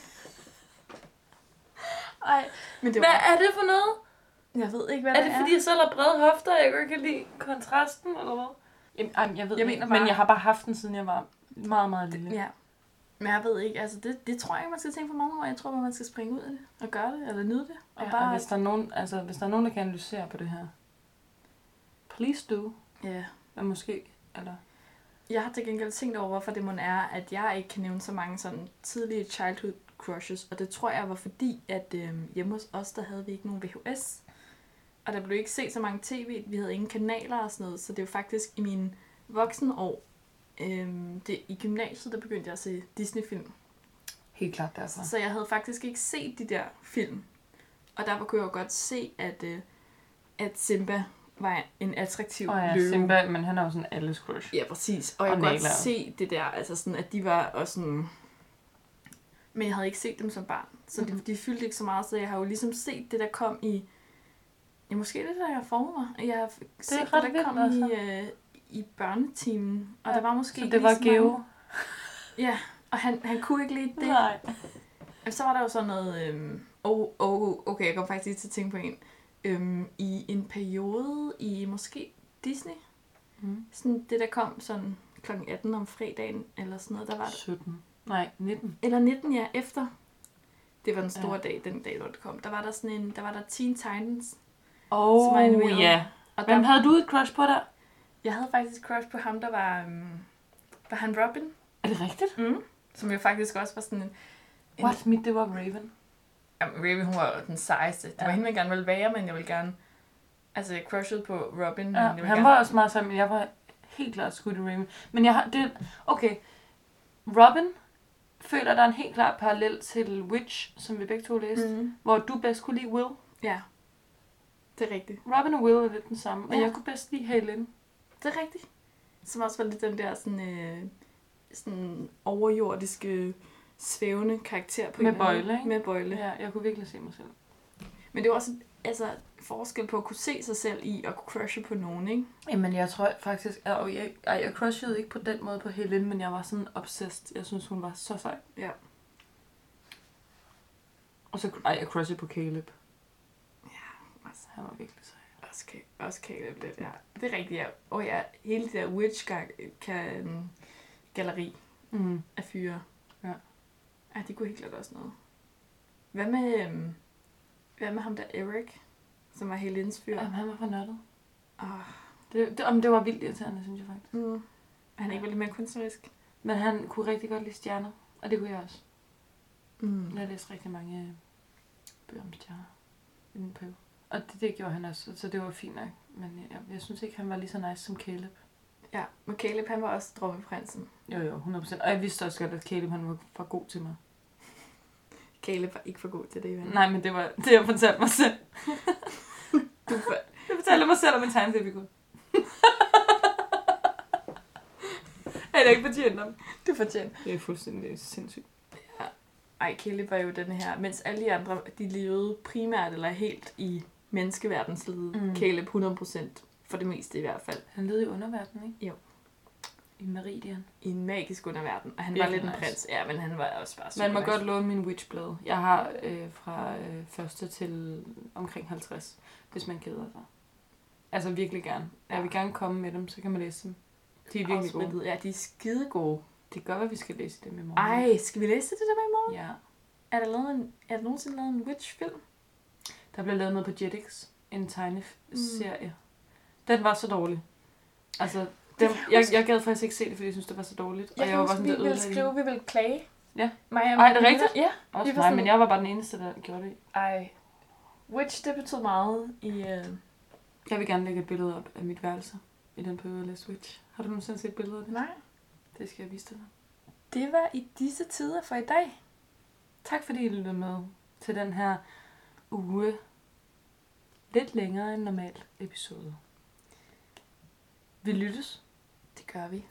Speaker 1: Ej, men det
Speaker 2: Hvad
Speaker 1: var...
Speaker 2: er det for noget?
Speaker 1: Jeg ved ikke, hvad
Speaker 2: Er
Speaker 1: det
Speaker 2: det
Speaker 1: er.
Speaker 2: fordi, jeg selv har brede hofter, og jeg godt kan lide kontrasten, eller hvad? Jamen, ej, jeg ved
Speaker 1: Jeg
Speaker 2: ikke,
Speaker 1: mener bare-
Speaker 2: men jeg har bare haft den, siden jeg var meget, meget lille.
Speaker 1: Ja. Men jeg ved ikke, altså det, det tror jeg ikke, man skal tænke for mange år. Jeg tror bare, man skal springe ud af det og gøre det, eller nyde det. Og
Speaker 2: Ja,
Speaker 1: bare...
Speaker 2: og hvis der, er nogen, altså, hvis der er nogen, der kan analysere på det her, please do.
Speaker 1: Ja.
Speaker 2: Men måske, eller...
Speaker 1: Jeg har til gengæld tænkt over, hvorfor det må er, at jeg ikke kan nævne så mange sådan tidlige childhood crushes. Og det tror jeg var fordi, at øh, hjemme hos os, der havde vi ikke nogen V H S. Og der blev ikke set så mange tv. Vi havde ingen kanaler og sådan noget. Så det er jo faktisk i min voksenår, øhm, det, i gymnasiet, der begyndte jeg at se Disney-film.
Speaker 2: Helt klart derfor.
Speaker 1: Så jeg havde faktisk ikke set de der film. Og derfor kunne jeg jo godt se, at, øh, at Simba var en attraktiv
Speaker 2: Og ja,
Speaker 1: løve.
Speaker 2: Simba, men han er jo sådan alles crush.
Speaker 1: Ja, præcis. Og jeg
Speaker 2: Og
Speaker 1: kunne godt
Speaker 2: Nala.
Speaker 1: se det der, altså sådan, at de var også sådan... Men jeg havde ikke set dem som barn, så mm-hmm. de, de fyldte ikke så meget, så jeg har jo ligesom set det, der kom i... Ja, måske det, der jeg formede mig. Jeg har set det,
Speaker 2: ret
Speaker 1: der
Speaker 2: vildt,
Speaker 1: kom
Speaker 2: altså.
Speaker 1: i, øh, i børnetimen, og
Speaker 2: Ja,
Speaker 1: der var måske
Speaker 2: Så
Speaker 1: ikke
Speaker 2: det
Speaker 1: lige
Speaker 2: var
Speaker 1: så mange-
Speaker 2: Geo.
Speaker 1: Ja, og han, han kunne ikke lide det.
Speaker 2: Nej.
Speaker 1: Og så var der jo sådan noget... Øhm, oh, oh, okay, jeg kom faktisk lige til at tænke på en. Øhm, I en periode i måske Disney,
Speaker 2: Mm.
Speaker 1: sådan det der kom sådan klokken atten om fredagen, eller sådan noget, der var der.
Speaker 2: sytten. Nej, nitten.
Speaker 1: Eller nitten, ja, efter. Det var den store
Speaker 2: Ja.
Speaker 1: ja. dag, den dag, hvor det kom. Der var der sådan en, der var der Teen Titans.
Speaker 2: Åh,
Speaker 1: Som er animeret.
Speaker 2: ja.
Speaker 1: Og
Speaker 2: Hvem
Speaker 1: der,
Speaker 2: havde du et crush på der?
Speaker 1: jeg havde faktisk crush på ham, der var, um, var han Robin.
Speaker 2: Er det rigtigt?
Speaker 1: Mm. Som jo faktisk også var sådan en... en
Speaker 2: What? Mit, det var Raven.
Speaker 1: Jamen, Raven, hun var den sejeste. Det var
Speaker 2: Ja.
Speaker 1: hende, man gerne ville være, men jeg ville gerne... Altså, jeg crushede på Robin, men
Speaker 2: Ja,
Speaker 1: jeg ville
Speaker 2: han
Speaker 1: gerne...
Speaker 2: var også meget sammen, men jeg var helt klart skudt i Raven. Men jeg har... Det, okay. Robin føler, der er en helt klar parallel til Witch, som vi begge to læste, mm.
Speaker 1: Mm.
Speaker 2: hvor du bedst kunne lide Will.
Speaker 1: Ja, det er rigtigt.
Speaker 2: Robin og Will er lidt den samme, og
Speaker 1: Ja.
Speaker 2: jeg kunne bedst lide Helen.
Speaker 1: Det er rigtigt. Som også var lidt den der sådan, øh, sådan overjordiske, svævende karakter på
Speaker 2: Med
Speaker 1: en eller anden-
Speaker 2: bøjle, ikke?
Speaker 1: Med bøjle.
Speaker 2: Ja, jeg kunne virkelig se mig selv.
Speaker 1: Men det var også altså, forskel på at kunne se sig selv i og kunne crushe på nogen, ikke?
Speaker 2: Jamen, jeg tror faktisk... Og jeg, ej, jeg crushede ikke på den måde på Helen, men jeg var sådan obsessed. Jeg synes, hun var så sej.
Speaker 1: Ja.
Speaker 2: Og så... Ej, jeg crushede på Caleb.
Speaker 1: Altså,
Speaker 2: Han var virkelig sej.
Speaker 1: også, kan, også Caleb lidt, ja. Det er rigtigt, ja. Og ja, hele det der Witch-galleri
Speaker 2: Mm.
Speaker 1: af fyre.
Speaker 2: Ja.
Speaker 1: Ja, de kunne helt klart også noget. Hvad med, øhm, hvad med ham der Eric, som var Helens fyr?
Speaker 2: Jamen, han var for nørdet.
Speaker 1: Oh,
Speaker 2: Det, det, om det var vildt irriterende, synes jeg faktisk.
Speaker 1: mm. Han er ikke lidt mere kunstnerisk.
Speaker 2: Men han kunne rigtig godt lide stjerner. Og det kunne jeg også.
Speaker 1: Mm.
Speaker 2: Jeg har læst rigtig mange øh, bøger om stjerner i den periode. Og det, det gjorde han også, så det var fint nok. Men jeg, jeg synes ikke, han var lige så nice som Caleb.
Speaker 1: Ja, men Caleb, han var også drømmeprinsen.
Speaker 2: Jo, jo, hundrede procent. Og jeg vidste også godt, at Caleb han var for god til mig.
Speaker 1: Caleb var ikke for god til det, Ivan.
Speaker 2: Nej, men det var det, jeg fortalte mig selv.
Speaker 1: Du for...
Speaker 2: Jeg fortalte mig selv om en tegneseriefigur. Jeg er ikke fortjent om.
Speaker 1: Du fortjener.
Speaker 2: Det er fuldstændig sindssygt.
Speaker 1: Ej, Caleb var jo den her, mens alle de andre, de levede primært eller helt i menneskeverdenslivet.
Speaker 2: Mm.
Speaker 1: Mm. Caleb hundrede procent, for det meste i hvert fald,
Speaker 2: Han levede i underverdenen, ikke?
Speaker 1: Jo.
Speaker 2: I Meridian.
Speaker 1: i en magisk underverden. Og han
Speaker 2: Virkelig
Speaker 1: var lidt en
Speaker 2: nice.
Speaker 1: prins. Ja, men han var også bare super
Speaker 2: Man må
Speaker 1: nice.
Speaker 2: godt låne min Witchblad. Jeg har øh, fra øh, første til omkring halvtreds, hvis man keder sig. Altså virkelig gerne.
Speaker 1: Ja.
Speaker 2: Jeg vil gerne komme med dem, så kan man læse dem. De er virkelig gode.
Speaker 1: Afsprittet. Ja, de er skide gode.
Speaker 2: Det gør, at vi skal læse dem i morgen.
Speaker 1: Ej, skal vi læse det der med i morgen?
Speaker 2: Ja.
Speaker 1: Er der, lavet en, er der nogensinde lavet en Witch-film?
Speaker 2: Der blev lavet noget på Jetix. En tegneserie. Mm. Den var så dårlig. Altså, den,
Speaker 1: kan jeg
Speaker 2: jeg,
Speaker 1: huske.
Speaker 2: jeg gad faktisk ikke se det, fordi jeg synes, det var så dårligt.
Speaker 1: Jeg
Speaker 2: og jeg var bare
Speaker 1: huske,
Speaker 2: sådan,
Speaker 1: vi
Speaker 2: der
Speaker 1: ville
Speaker 2: ødelagde
Speaker 1: skrive,
Speaker 2: det.
Speaker 1: vi ville klage.
Speaker 2: Ja.
Speaker 1: Mig og
Speaker 2: Ej, er det
Speaker 1: mine
Speaker 2: rigtigt?
Speaker 1: venner. Ja.
Speaker 2: Også
Speaker 1: vi var
Speaker 2: mig,
Speaker 1: sådan-
Speaker 2: men jeg var bare den eneste, der gjorde det.
Speaker 1: Ej. Witch, det betød meget i... Uh...
Speaker 2: Jeg vil gerne lægge et billede op af mit værelse i den periode, jeg læste Witch. Har du nogensinde set et billede af det?
Speaker 1: Nej.
Speaker 2: Det skal jeg vise dig.
Speaker 1: Det var i disse tider for i dag.
Speaker 2: Tak fordi I lyttede med til den her uge. Lidt længere end normalt episode. Vi lyttes.
Speaker 1: Det gør vi.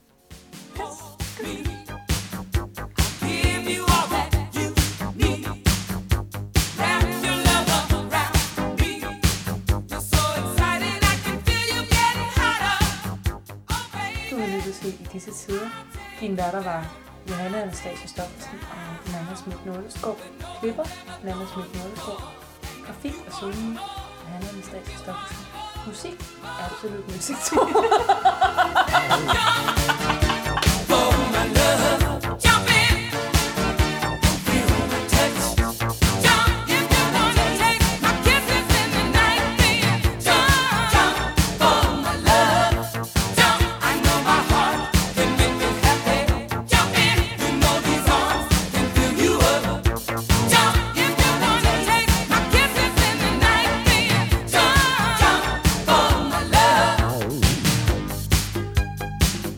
Speaker 4: Give you all that you need. Wrap your love around me. You're so excited, I can feel you getting hotter. Oh, baby.
Speaker 2: Du har lyttet til I disse tider. Din værter var Johanna Anastasia Stoffelsen og Nana Schmidt Nåleskov. Klipper Nana Schmidt Nåleskov. Grafik og zoning Johanna Anastasia Stoffelsen. Musik Absolut Music to.
Speaker 4: For my love, jump in. Feel the touch. Jump if you wanna take my kisses in the night. Then jump, jump for my love. Jump, I know my heart can make you happy. Jump in, you know these arms can fill you up. Jump if you wanna take my kisses in the night. Then jump, jump for my love.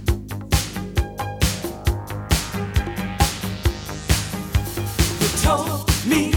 Speaker 4: me.